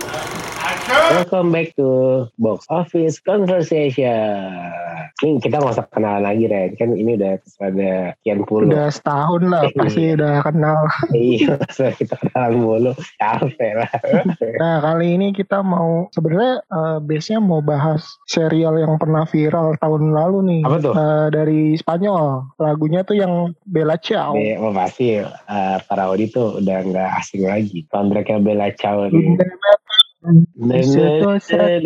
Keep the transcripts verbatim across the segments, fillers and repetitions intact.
Welcome back to Box Office Conversation. Ini kita nggak usah kenalan lagi, Ren. Kan ini udah pada sekian puluh. Udah setahun lah pasti udah kenal. Iya, kita kenalan mulu. Capek lah. Nah, kali ini kita mau sebenarnya uh, base-nya mau bahas serial yang pernah viral tahun lalu nih. Apa tuh? Uh, dari Spanyol. Lagunya tuh yang Bella Ciao. Be, oh pasti uh, para Odi tuh udah nggak asing lagi. Soundtracknya Bella Ciao nih. Bella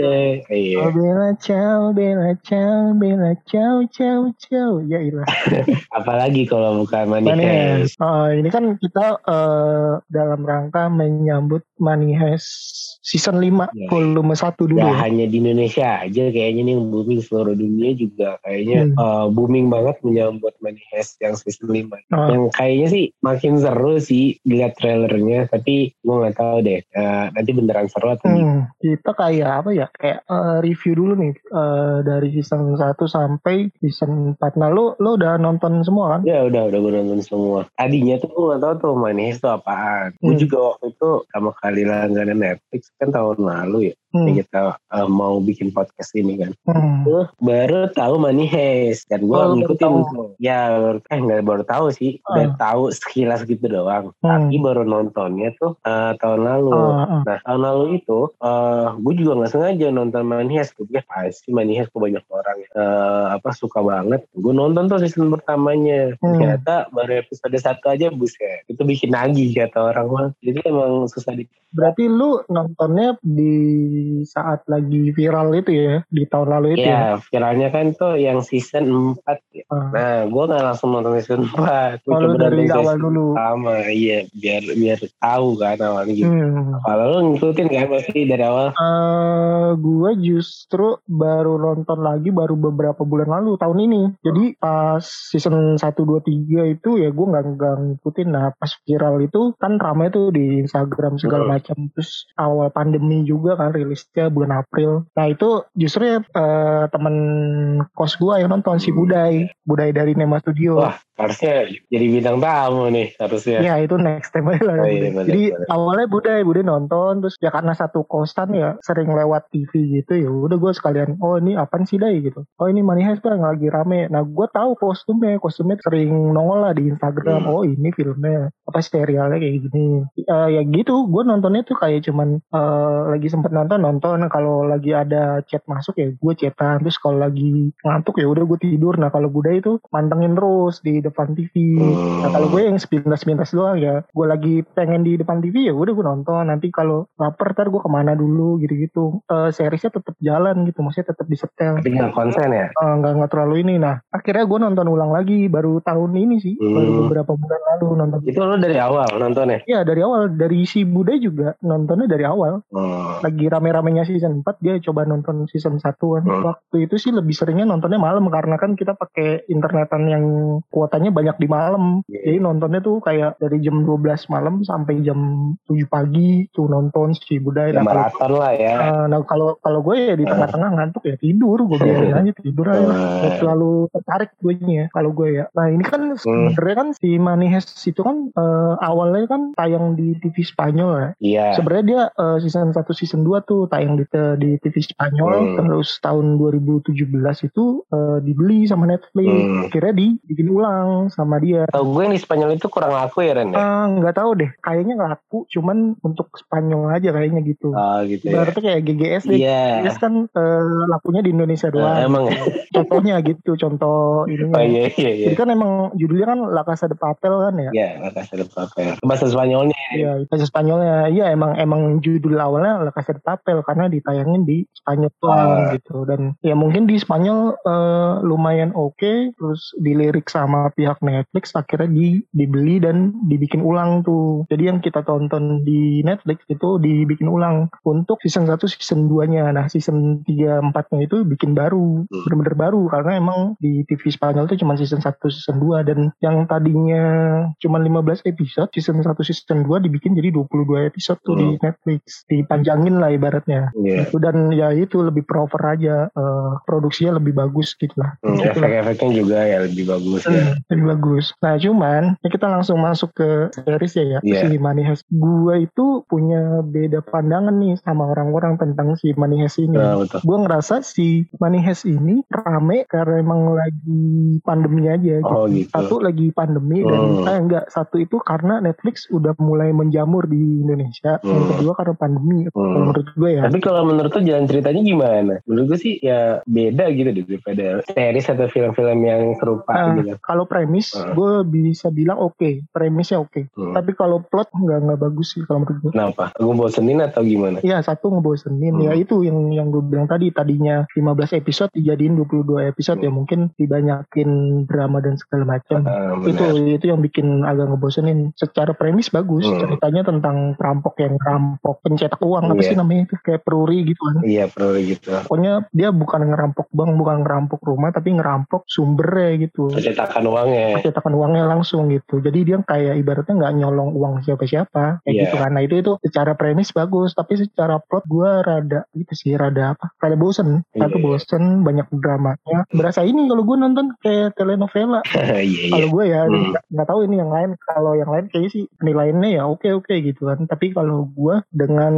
Ciao, Bella Ciao, Bella Ciao, Ciao, Ciao. Ya ilah. Apalagi kalau bukan Money Heist. Uh, ini kan kita uh, dalam rangka menyambut Money Heist season lima ya, volume satu dulu. Gak ya. Hanya di Indonesia aja kayaknya nih booming, seluruh dunia juga kayaknya hmm. uh, booming banget menyambut Money Heist yang season lima. Oh. Yang kayaknya sih makin seru sih dilihat trailernya, tapi gue gak tahu deh uh, nanti beneran seru atau hmm. Kita kayak apa ya, kayak uh, review dulu nih uh, dari season satu sampai season empat. Nah lu, lu udah nonton semua kan? Ya udah, udah gue nonton semua. Tadinya tuh gue gak tahu tuh Money Heist itu apaan. Hmm. Gue juga waktu itu sama kali langganan Netflix kan tahun lalu ya. Hmm. Kita uh, mau bikin podcast ini kan. Hmm. Tuh baru tahu Money Heist. Dan gue oh, ngikutin tuh. Ya eh gak baru tahu sih. Hmm. Udah tahu sekilas gitu doang. Hmm. Tapi baru nontonnya tuh uh, tahun lalu. Hmm. Nah tahun lalu itu uh, gue juga gak sengaja nonton Money Heist. Gue pikir pasti Money Heist kok banyak orang uh, apa suka banget. Gue nonton tuh season pertamanya. Hmm. Ternyata baru episode satu aja buset. Itu bikin nagih kata orang mah. Jadi emang susah di. Berarti lu nontonnya di saat lagi viral itu ya, di tahun lalu itu ya? Ya, viralnya kan tuh yang season empat ya. Hmm. Nah, gue gak langsung nonton season empat. Gue coba dari awal dulu. Sama, iya, biar biar tahu kan awalnya gitu. Hmm. Kalau lu ngikutin kan pasti dari awal? Uh, gue justru baru nonton lagi baru beberapa bulan lalu, tahun ini. Jadi pas season satu, dua, tiga itu ya gue gak, gak ngikutin. Nah, pas viral itu kan ramai tuh di Instagram segala hmm. macam. Terus awal pandemi juga kan rilisnya bulan April. Nah itu justru ya uh, temen kos gue yang nonton si Budai, Budai dari Nema Studio. Wah harusnya jadi bintang tamu nih harusnya. Ya itu next time lah. Oh, iya, bener, jadi bener. Awalnya Budai, Budai nonton terus ya karena satu kosan ya sering lewat T V gitu ya. Udah gue sekalian oh ini apaan sih Dai gitu. Oh ini Money Heist yang lagi rame. Nah gue tahu kostumnya, kostumnya sering nongol lah di Instagram. Hmm. Oh ini filmnya apa serialnya kayak gini. Uh, ya gitu. Gue nontonnya tuh kayak cuman uh, lagi sempet nonton nonton. Kalau lagi ada chat masuk ya gue chatan. Terus kalau lagi ngantuk ya udah gue tidur. Nah kalau Budai itu mantengin terus di depan T V. Nah kalau gue yang sepintas-pintas doang ya. Gue lagi pengen di depan T V ya udah gue nonton. Nanti kalau lapar ntar gue kemana dulu gitu-gitu. Uh, seriesnya tetap jalan gitu. Maksudnya tetap disetel. Tapi nggak konsen ya? Uh, nggak nggak terlalu ini. Nah akhirnya gue nonton ulang lagi baru tahun ini sih. Hmm. Baru beberapa bulan lalu nonton. Itu lo dari awal nontonnya? Iya dari awal. Dari si Budai juga nontonnya dari awal. Hmm. Lagi rame-ramenya season empat dia coba nonton season satu kan. Hmm. Waktu itu sih lebih seringnya nontonnya malam karena kan kita pakai internetan yang kuotanya banyak di malam. Yeah. Jadi nontonnya tuh kayak dari jam dua belas malam sampai jam tujuh pagi tuh nonton si Budai. Ya, nah, maraton lah ya. Uh, nah kalau kalau gue ya di tengah-tengah ngantuk ya tidur, gue biarin aja tidur aja. Gak terlalu tertarik gue nya kalau gue ya. Nah ini kan hmm. sebenarnya kan si Money Heist itu kan uh, awalnya kan tayang di T V Spanyol ya. Iya. Yeah. Sebenarnya dia uh, season satu season dua tuh tayang di di T V Spanyol. Hmm. Terus tahun dua ribu tujuh belas itu uh, dibeli sama Netflix. Hmm. Akhirnya dibikin ulang sama dia. Tahu gue yang di Spanyol itu kurang laku ya Ren ya? Uh, nggak tahu deh. Kayaknya laku, cuman untuk Spanyol aja kayaknya gitu. Oh gitu ya. Berarti kayak G G S deh. Iya. G G S kan uh, lakunya di Indonesia doang. Uh, emang ya? Contohnya gitu, contoh ininya. Oh iya iya iya. Jadi kan emang judulnya kan La Casa de Papel kan ya? Iya, La Casa de Papel. Bahasa Spanyolnya. Iya, bahasa Spanyolnya. Iya emang emang judul awalnya La Casa de Papel karena ditayangin di Spanyol doang uh. gitu. Dan ya mungkin di Spanyol uh, lumayan oke. Okay, terus dilirik sama pihak Netflix akhirnya di, dibeli dan dibikin ulang tuh. Jadi yang kita tonton di Netflix itu dibikin ulang untuk season satu, season dua-nya. Nah season tiga, empat-nya itu bikin baru. Bener-bener baru karena emang di T V Spanyol itu cuma season satu, season dua. Dan yang tadinya cuma lima belas episode, season satu, season dua dibikin jadi dua puluh dua episode tuh hmm. di Netflix. Dipanjangin lah ibaratnya. ibaratnya. Yeah. Itu dan ya itu lebih proper aja, uh, produksinya lebih bagus gitu lah. Hmm, gitu efek-efeknya juga ya lebih bagus hmm, ya. Lebih bagus. Nah cuman ya kita langsung masuk ke series ya ya. Yeah. Si Money Heist. Gue itu punya beda pandangan nih sama orang-orang tentang si Money Heist ini. Oh, gue ngerasa si Money Heist ini rame karena emang lagi pandemi aja gitu. Oh, gitu. Satu lagi pandemi hmm. dan eh, enggak satu itu karena Netflix udah mulai menjamur di Indonesia. Hmm. Yang kedua karena pandemi. Hmm. Kalau menurut gue ya. Tapi kalau menurut tuh jalan ceritanya gimana? Menurut gue sih ya beda gitu daripada series atau film-film yang serupa nah, gitu. Kalau premis uh. gue bisa bilang oke, okay. Premisnya oke. Okay. Hmm. Tapi kalau plot nggak nggak bagus sih kalau menurut gue. Kenapa? Ngebosenin atau gimana? Iya satu ngebosenin. Hmm. Ya itu yang yang gue bilang tadi tadinya lima belas episode dijadiin dua puluh dua episode hmm. ya mungkin dibanyakin drama dan segala macam. Uh, itu itu yang bikin agak ngebosenin. Secara premis bagus. Hmm. Ceritanya tentang perampok yang rampok pencetak uang apa yeah. sih namanya itu kayak peruri gitu kan. Iya peruri gitu. Pokoknya dia bukan ngerampok bank, bukan ngerampok rumah tapi ngerampok sumbernya gitu. Percetakan uangnya. Percetakan uangnya langsung gitu. Jadi dia kayak ibaratnya nggak nyolong uang siapa-siapa kayak yeah. gitu kan. Nah itu itu secara premis bagus tapi secara plot gue rada itu sih rada apa? Rada bosen. Satu yeah. bosen banyak dramanya. Berasa ini kalau gue nonton kayak telenovela. yeah, yeah. Kalau gue ya nggak hmm. tahu ini yang lain. Kalau yang lain kayaknya sih penilaiannya ya oke oke gitu kan. Tapi kalau gue dengan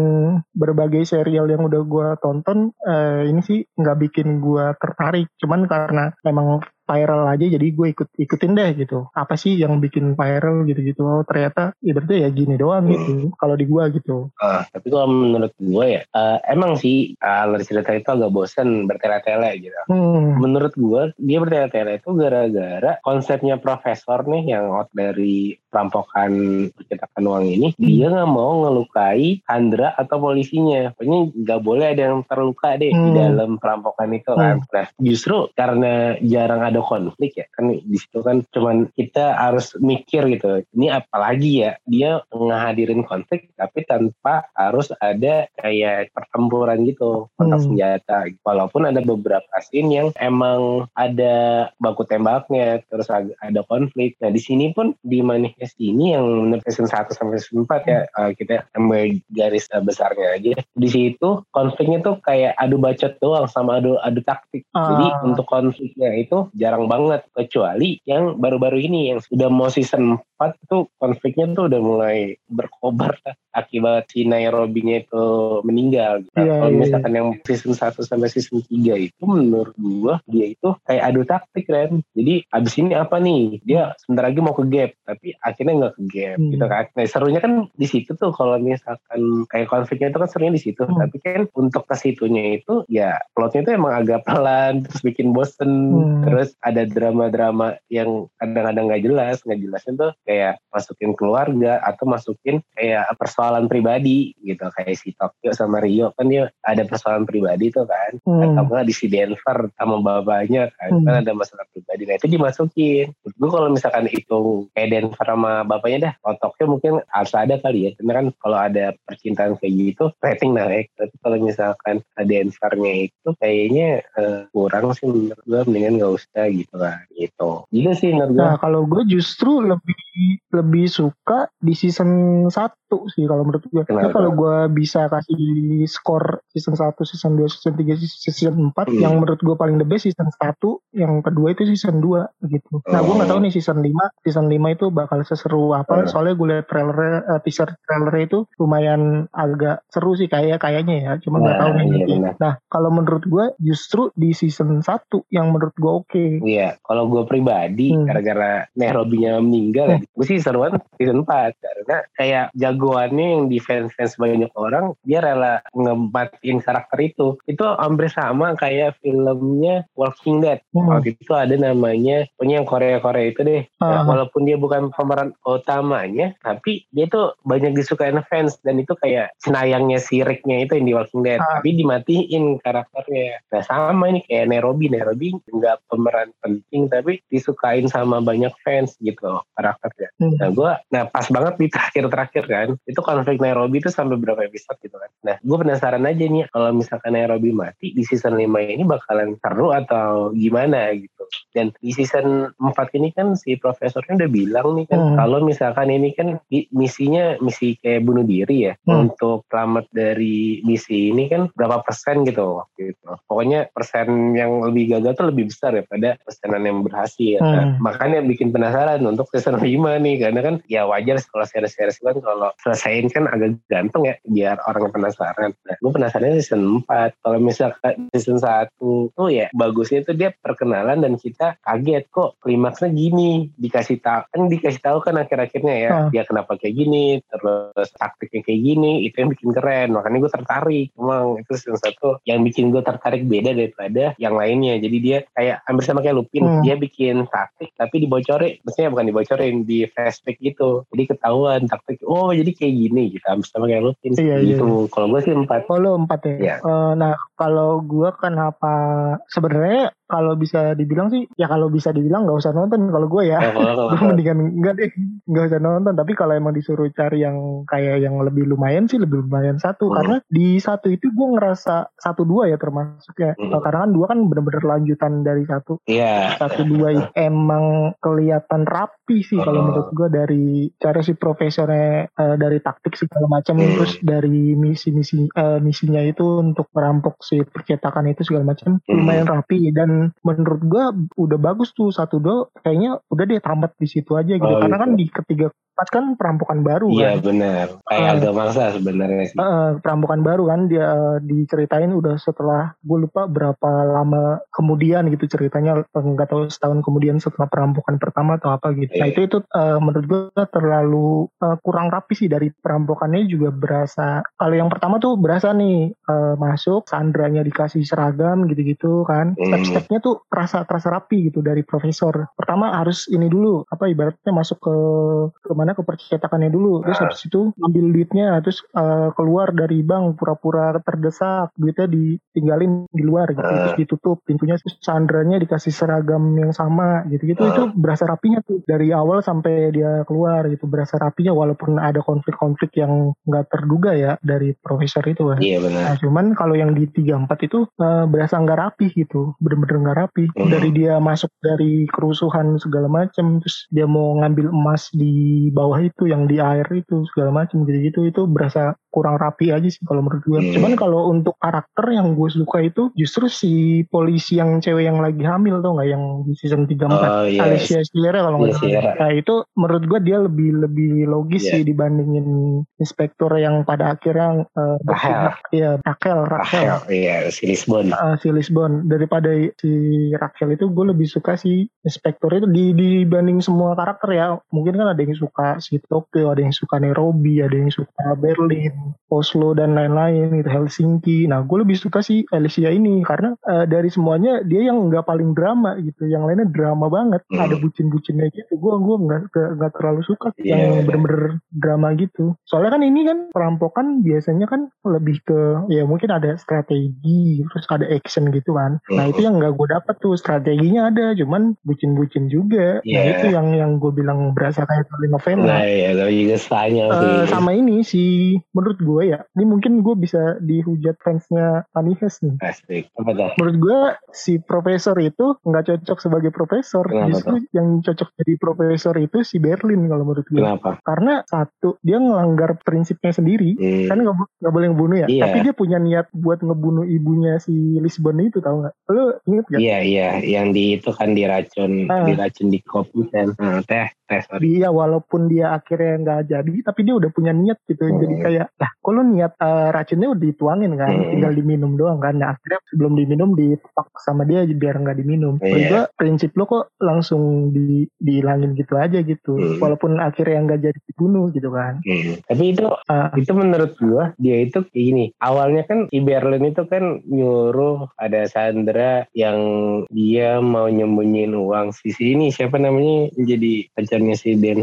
berbagai serial yang udah gue tonton eh, ini sih nggak bikin gue tertarik. Cuman karena memang viral aja jadi gue ikut ikutin deh gitu. Apa sih yang bikin viral gitu-gitu? Oh, ternyata ibaratnya ya gini doang hmm. gitu. Kalau di gue gitu. Uh, tapi kalau menurut gue ya uh, emang sih alur cerita itu agak bosen bertele-tele gitu. Hmm. Menurut gue dia bertele-tele itu gara-gara konsepnya profesor nih yang out dari perampokan percetakan uang ini hmm. dia nggak mau ngelukai Chandra atau polisinya. Pokoknya nggak boleh ada yang terluka deh hmm. di dalam perampokan itu kan. Hmm. Nah justru karena jarang ada konflik ya kan di situ kan cuman kita harus mikir gitu ini apalagi ya dia ngehadirin konflik tapi tanpa harus ada kayak pertempuran gitu kontak hmm. senjata walaupun ada beberapa scene yang emang ada baku tembaknya terus ada konflik. Nah di sini pun di Money Heist ini yang season satu sampai season empat ya uh, kita ambil garis uh, besarnya aja di situ konfliknya tuh kayak adu bacot doang sama adu adu taktik. Ah. Jadi untuk konfliknya itu jarang banget kecuali yang baru-baru ini yang sudah mau season empat tuh konfliknya tuh udah mulai berkobar akibat si Nairobi-nya itu meninggal. Nah, yeah, kalau misalkan yeah. yang season satu sampai season tiga itu menurut gua dia itu kayak adu taktik kan. Jadi abis ini apa nih? Dia sebentar lagi mau ke gap tapi akhirnya nggak ke gap hmm. gitu kan. Nah serunya kan di situ tuh kalau misalkan kayak konfliknya itu kan serunya di situ. Hmm. Tapi kan untuk ke situnya itu ya plotnya itu emang agak pelan terus bikin bosen. Hmm. Terus ada drama-drama yang kadang-kadang nggak jelas. Nggak jelasnya tuh kayak masukin keluarga atau masukin kayak persoalan pribadi gitu. Kayak si Tokyo sama Rio kan dia ada persoalan pribadi tuh kan. Hmm. Atau nggak di si Denver sama bapaknya kan. Hmm. Kan ada masalah pribadi. Nah itu dimasukin. Menurut gue kalau misalkan itu kayak Denver sama bapaknya dah. Kalau Tokyo mungkin harus ada kali ya. Karena kan kalau ada percintaan kayak gitu rating naik. Tapi kalau misalkan Denvernya itu kayaknya uh, kurang sih menurut gue. Mendingan gak usah gitu lah gitu. Gitu sih menurut gue. Nah kalau gue justru lebih lebih suka di season satu sih kalau menurut gue. Nah, kalau gue bisa kasih skor season satu, season dua, season tiga, season empat hmm. yang menurut gue paling the best season satu, yang kedua itu season dua gitu. Nah, gue enggak tahu nih season lima, season lima itu bakal seseru apa. Hmm. Soalnya gue liat trailer uh, teaser trailer itu lumayan agak seru sih kayak kayaknya ya. Cuma enggak nah, tahu nih. Iya, nah, kalau menurut gue justru di season satu yang menurut gue oke. Okay. Iya, kalau gue pribadi hmm. gara-gara Nairobi-nya meninggal hmm. ya, gue sih seruan season empat karena kayak jagoannya yang di fans-fans banyak orang dia rela ngebatin karakter itu. Itu hampir sama kayak filmnya Walking Dead. Hmm. Waktu itu ada namanya, punya yang Korea-Korea itu deh. Uh-huh. Nah, walaupun dia bukan pemeran utamanya, tapi dia tuh banyak disukain fans dan itu kayak senayangnya si Rick-nya itu yang di Walking Dead. Uh-huh. Tapi dimatiin karakternya. Nah sama ini kayak Nairobi. Nairobi nggak pemeran penting tapi disukain sama banyak fans gitu karakternya. Hmm. Nah gue, nah pas banget di terakhir-terakhir kan, itu konflik Nairobi itu sampai berapa episode gitu kan. Nah gue penasaran aja nih kalau misalkan Nairobi mati di season lima ini bakalan seru atau gimana gitu. Dan di season empat ini kan si profesornya udah bilang nih kan hmm. kalau misalkan ini kan misinya misi kayak bunuh diri ya, hmm. untuk selamat dari misi ini kan berapa persen gitu waktu itu. Pokoknya persen yang lebih gagal tuh lebih besar daripada persenan yang berhasil. Hmm. Nah, makanya bikin penasaran untuk season lima nih, karena kan ya wajar kalau series-series kan kalau selesaiin kan agak gantung ya biar orang penasaran. Nah, gue penasaran season empat. Kalau misalkan season satu tuh ya bagusnya tuh dia perkenalan dan kita kaget kok klimaksnya gini, dikasih tahu kan dikasih tahu kan akhir-akhirnya ya uh. dia kenapa kayak gini, terus taktiknya kayak gini, itu yang bikin keren. Makanya gue tertarik. Emang itu season satu yang bikin gue tertarik beda daripada yang lainnya. Jadi dia kayak hampir sama kayak Lupin, hmm. dia bikin taktik tapi dibocorin, maksudnya bukan dibocorin, di flashback gitu. Jadi ketahuan taktik, oh jadi kayak gini gitu, hampir sama kayak Lupin iya, gitu. Iya. Kalau gue sih empat. Kalau empat ya. ya. Uh, nah kalau gue kenapa sebenarnya kalau bisa dibilang sih ya kalau bisa dibilang nggak usah nonton kalau gue ya. Oh, gue mendingan enggak deh, nggak usah nonton. Tapi kalau emang disuruh cari yang kayak yang lebih lumayan sih lebih lumayan satu. Hmm. Karena di satu itu gue ngerasa satu dua ya termasuknya. Hmm. Uh, karena kan dua kan benar-benar lanjutan dari satu. Iya. Yeah. Satu dua itu emang kelihatan rapi sih oh. kalau menurut gue dari cara si profesornya uh, dari taktik segala macam hmm. terus dari misi-misi uh, misinya itu untuk merampok si percetakan itu segala macam hmm. lumayan rapi. Dan menurut gue udah bagus tuh satu do kayaknya udah deh tamat di situ aja gitu oh, karena gitu. Kan di ketiga pas kan perampokan baru iya, kan. Iya benar. Kayak uh, agak maksa sebenarnya sih. Uh, perampokan baru kan dia uh, diceritain udah setelah gue lupa berapa lama kemudian gitu ceritanya, nggak tahu setahun kemudian setelah perampokan pertama atau apa gitu. Yeah. Nah itu itu uh, menurut gue terlalu uh, kurang rapi sih. Dari perampokannya juga berasa kalau yang pertama tuh berasa nih uh, masuk Sandranya dikasih seragam gitu-gitu kan. Mm. Step-stepnya tuh terasa terasa rapi gitu dari profesor. Pertama harus ini dulu apa ibaratnya masuk ke ke mana ke percetakannya dulu, terus habis itu ngambil duitnya, terus uh, keluar dari bank pura-pura terdesak, duitnya ditinggalin di luar gitu, uh. terus ditutup pintunya, terus Sandranya dikasih seragam yang sama gitu-gitu. uh. Itu berasa rapinya tuh dari awal sampai dia keluar gitu, berasa rapinya walaupun ada konflik-konflik yang nggak terduga ya dari profesor itu kan. Iya benar. Nah, cuman kalau yang di tiga empat itu uh, berasa nggak rapi gitu, bener-bener nggak rapi. uh. Dari dia masuk dari kerusuhan segala macam, terus dia mau ngambil emas di bawah itu yang di air itu segala macam gitu-gitu, itu berasa kurang rapi aja sih kalau menurut gue. Hmm. Cuman kalau untuk karakter yang gue suka itu justru si polisi yang cewek yang lagi hamil tuh nggak, yang di season tiga empat oh, yes. Alicia Silverstone kalau nggak salah. Yes, nah itu menurut gue dia lebih lebih logis yeah. sih dibandingin inspektur yang pada akhirnya uh, Rachel. Iya Rachel Rachel. Iya si Lisbon. Uh, si Lisbon daripada si Rachel itu gue lebih suka si inspektur itu di dibanding semua karakter ya. Mungkin kan ada yang suka si Tokyo, ada yang suka Nairobi, ada yang suka Berlin, Oslo dan lain-lain gitu, Helsinki. Nah gue lebih suka si Alicia ini karena uh, dari semuanya dia yang nggak paling drama gitu, yang lainnya drama banget. Hmm. Ada bucin-bucinnya gitu, gue gue nggak nggak terlalu suka yeah. yang bener-bener drama gitu. Soalnya kan ini kan perampokan biasanya kan lebih ke ya mungkin ada strategi terus ada action gitu kan. Nah itu yang nggak gue dapet tuh, strateginya ada cuman bucin-bucin juga. Yeah. Nah itu yang yang gue bilang berasa kayak telenovela. Nah iya gue juga tanya uh, sih. Sama ini si menurut gue ya, ini mungkin gue bisa dihujat fansnya Tanihes nih. Asik. Apa dah? Menurut gue si profesor itu nggak cocok sebagai profesor. Kenapa justru tuh? Yang cocok jadi profesor itu si Berlin kalau menurut gue. Kenapa? Karena satu dia ngelanggar prinsipnya sendiri, hmm. kan nggak nggak boleh ngebunuh ya. Yeah. Tapi dia punya niat buat ngebunuh ibunya si Lisbon itu, tahu nggak? Lo inget nggak? Iya iya, yang di itu kan diracun, ah. diracun di kopi kan. Nah, teh teh. Dia walaupun dia akhirnya nggak jadi, tapi dia udah punya niat gitu. Hmm. Jadi kayak, lah, kok lo niat uh, racunnya udah dituangin kan, hmm. tinggal diminum doang kan. Nah akhirnya sebelum diminum ditepak sama dia biar nggak diminum. Yeah. Juga prinsip lo kok langsung di dihilangin gitu aja gitu, hmm. walaupun akhirnya nggak jadi dibunuh gitu kan. Hmm. Tapi itu uh, itu menurut gua dia itu ini awalnya kan si Berlin itu kan nyuruh ada Sandra yang dia mau nyembunyiin uang si sini siapa namanya jadi pacarnya si Denver. Hmm.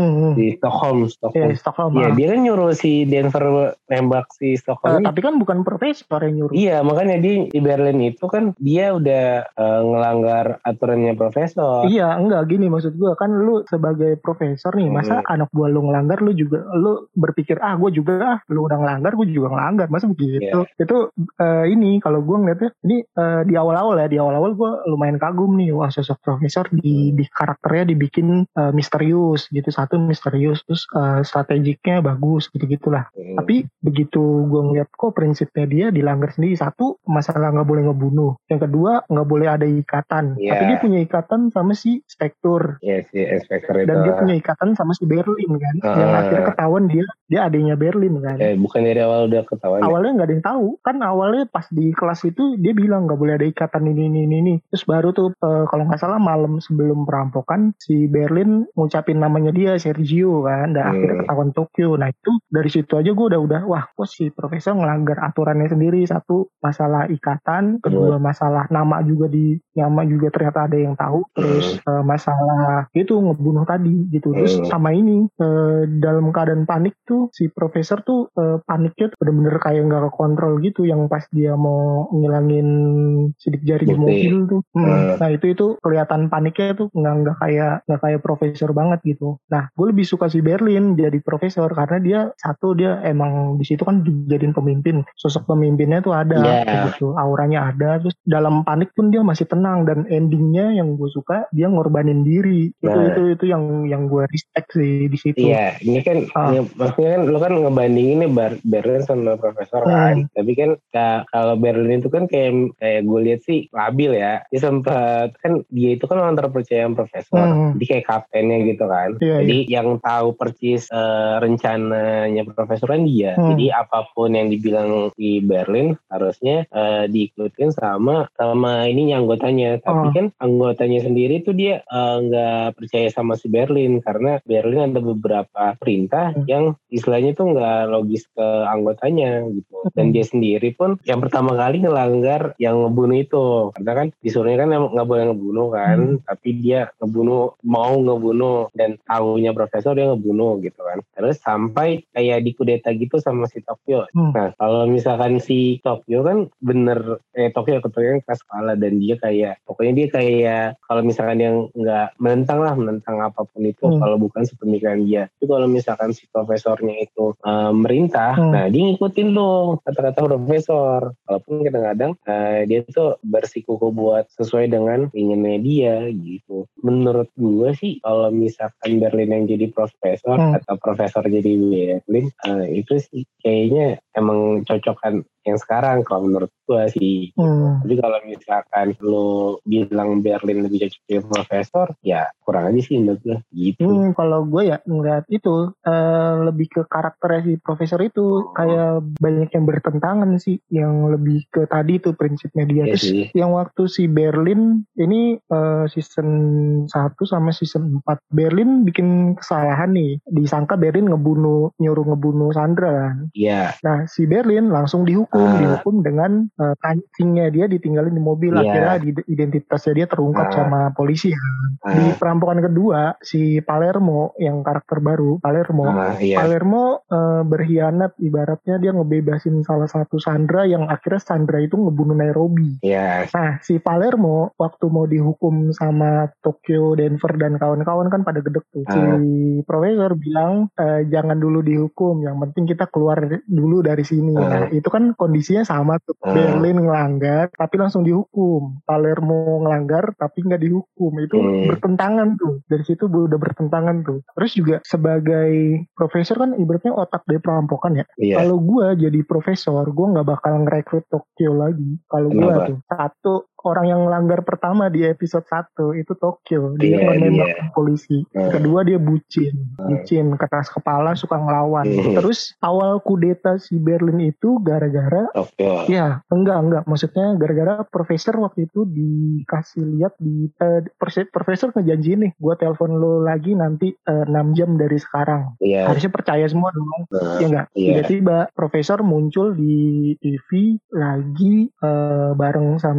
Hmm. Di Stockholm, Stockholm. Iya, Stockholm. Iya, dia kan nyuruh si Denver nembak si Stockholm. Uh, tapi kan bukan profesor yang nyuruh. Iya, makanya di di Berlin itu kan dia udah uh, ngelanggar aturannya profesor. Iya, enggak gini maksud gue kan lu sebagai profesor nih, masa hmm. anak buah lu ngelanggar lu juga lu berpikir ah gue juga ah lu udah ngelanggar gue juga ngelanggar, masa begitu? Yeah. Itu uh, ini kalau gue ngeliatnya ini uh, di awal-awal ya, di awal-awal gue lumayan kagum nih, wah sosok profesor di, di karakternya dibikin uh, misterius gitu, satu misterius terus uh, strategiknya bagus gitu gitulah. Hmm. Tapi begitu gue ngeliat kok prinsipnya dia dilanggar sendiri, satu masalah nggak boleh ngebunuh, yang kedua nggak boleh ada ikatan, yeah. Tapi dia punya ikatan sama si Spektur. Iya si Spektur itu. Dan dia punya ikatan sama si Berlin kan. Uh, yang akhirnya ketahuan dia dia adiknya Berlin kan. Eh bukan dari awal udah ketahuan. Awalnya nggak ya? Ada yang tahu. Kan awalnya pas di kelas itu dia bilang nggak boleh ada ikatan ini ini ini. Terus baru tuh uh, kalau nggak salah malam sebelum perampokan si Berlin ngucapin namanya dia Sergio kan. Dan hmm. akhirnya ketahuan Tokyo. Nah itu dari situ aja gue udah udah wah kok si profesor ngelanggar aturannya sendiri. Satu masalah ikatan, kedua masalah nama juga di nama juga ternyata ada yang tahu. Terus uh, masalah itu ngebunuh tadi gitu. Terus sama ini uh, dalam keadaan panik tuh si profesor tuh uh, paniknya tuh bener-bener kayak nggak kekontrol gitu. Yang pas dia mau ngilangin sidik jari di mobil tuh. Hmm. Uh. Nah itu itu kelihatan paniknya tuh nggak nggak kayak nggak kayak profesor banget gitu. Nah gue lebih suka si Berlin jadi profesor karena dia satu dia emang di situ kan dijadiin pemimpin. Sosok pemimpinnya tuh ada yeah. gitu. Auranya ada. Terus dalam panik pun dia masih tenang dan endingnya yang gue suka dia ngorbanin diri. Nah. itu itu itu yang yang gue respect sih di situ. Iya, ini kan ah. ya, maksudnya kan lo kan ngebandingin nih Bar- Berlin sama profesor hmm. kan. Tapi kan ka- kalau Berlin itu kan kayak kayak gue lihat sih labil ya. Dia sempat kan dia itu kan orang terpercaya yang profesor. Hmm. Jadi kayak kaptennya gitu kan. Yeah, Jadi yeah. yang tahu persis uh, rencananya profesor kan dia. Hmm. Jadi apapun yang dibilang di Berlin harusnya uh, diikutin sama sama ini anggotanya. Tapi oh. kan anggotanya sendiri tuh dia nggak uh, percaya sama si Berlin karena Berlin ada beberapa perintah hmm. yang istilahnya tuh nggak logis ke anggotanya gitu. Dan hmm. dia sendiri pun yang pertama kali ngelanggar yang ngebunuh itu karena kan disuruhnya kan nggak boleh ngebunuh kan, hmm. tapi dia ngebunuh mau ngebunuh dan tahunya profesor dia ngebunuh gitu kan. Terus sampai kayak dikudeta gitu sama si Tokyo. Hmm. Nah kalau misalkan si Tokyo kan bener eh Tokyo ketuanya kelas kepala dan dia kayak pokoknya dia kayak kalau misalkan yang nggak menentang lah menentang apapun itu hmm. kalau bukan sepemikiran dia. Tapi kalau misalkan si profesornya itu uh, merintah, hmm. nah dia ngikutin tuh kata-kata profesor. Walaupun kadang-kadang uh, dia tuh bersikukuh buat sesuai dengan inginnya dia gitu. Menurut gue sih kalau misalkan Berlin yang jadi profesor hmm. atau profesor jadi Berlin, uh, itu sih kayaknya emang cocokan yang sekarang kalau menurut gue sih. Hmm. Tapi kalau misalkan lo bilang Berlin lebih cocok jadi profesor, ya kurang aja sih menurut gue gitu. Hmm, kalau gue ya ngeliat itu uh, lebih ke karakternya si profesor itu oh. kayak banyak yang bertentangan sih, yang lebih ke tadi tuh prinsipnya dia. Yes, Terus sih. Yang waktu si Berlin ini uh, season satu sama season empat Berlin bikin kesalahan nih, disangka Berlin ngebunuh nyuruh ngebunuh Sandra kan. Iya. Yeah. Nah si Berlin langsung dihukum, uh. dihukum dengan uh, kancingnya dia ditinggalin di mobil. Yeah. Akhirnya identitasnya dia terungkap uh. sama polisi kan. Uh. Di perampokan kedua si Palermo yang karakter baru Palermo uh, yeah. Palermo uh, berkhianat, ibaratnya dia ngebebasin salah satu Sandra yang akhirnya Sandra itu ngebunuh Nairobi. Yes. Nah si Palermo waktu mau dihukum sama Tokyo, Denver dan kawan-kawan kan pada gedek tuh. Uh. Si profesor bilang e, jangan dulu dihukum, yang penting kita keluar dulu dari sini. Uh. Nah itu kan kondisinya sama tuh. Uh. Berlin ngelanggar tapi langsung dihukum, Palermo ngelanggar tapi nggak dihukum. Itu uh. bertentangan tuh. Dari situ udah bertentangan tuh. Terus juga sebagai profesor kan ibaratnya otak dari perampokan ya. Yeah. Kalau gue jadi profesor, gue nggak bakal ngerekrut Tokyo lagi. Kalau gue tuh satu orang yang melanggar pertama di episode satu itu Tokyo, dia yeah, menembak yeah. polisi. Uh. Kedua dia bucin, uh. bucin keras kepala, suka ngelawan. Uh. Terus awal kudeta si Berlin itu gara-gara, okay. ya enggak enggak, maksudnya gara-gara profesor waktu itu dikasih lihat di uh, profesor ngejanjiin nih, gue telepon lo lagi nanti uh, enam jam dari sekarang. Yeah. Harusnya percaya semua dong, uh. ya enggak. Yeah. Tiba-tiba profesor muncul di T V lagi uh, bareng sama si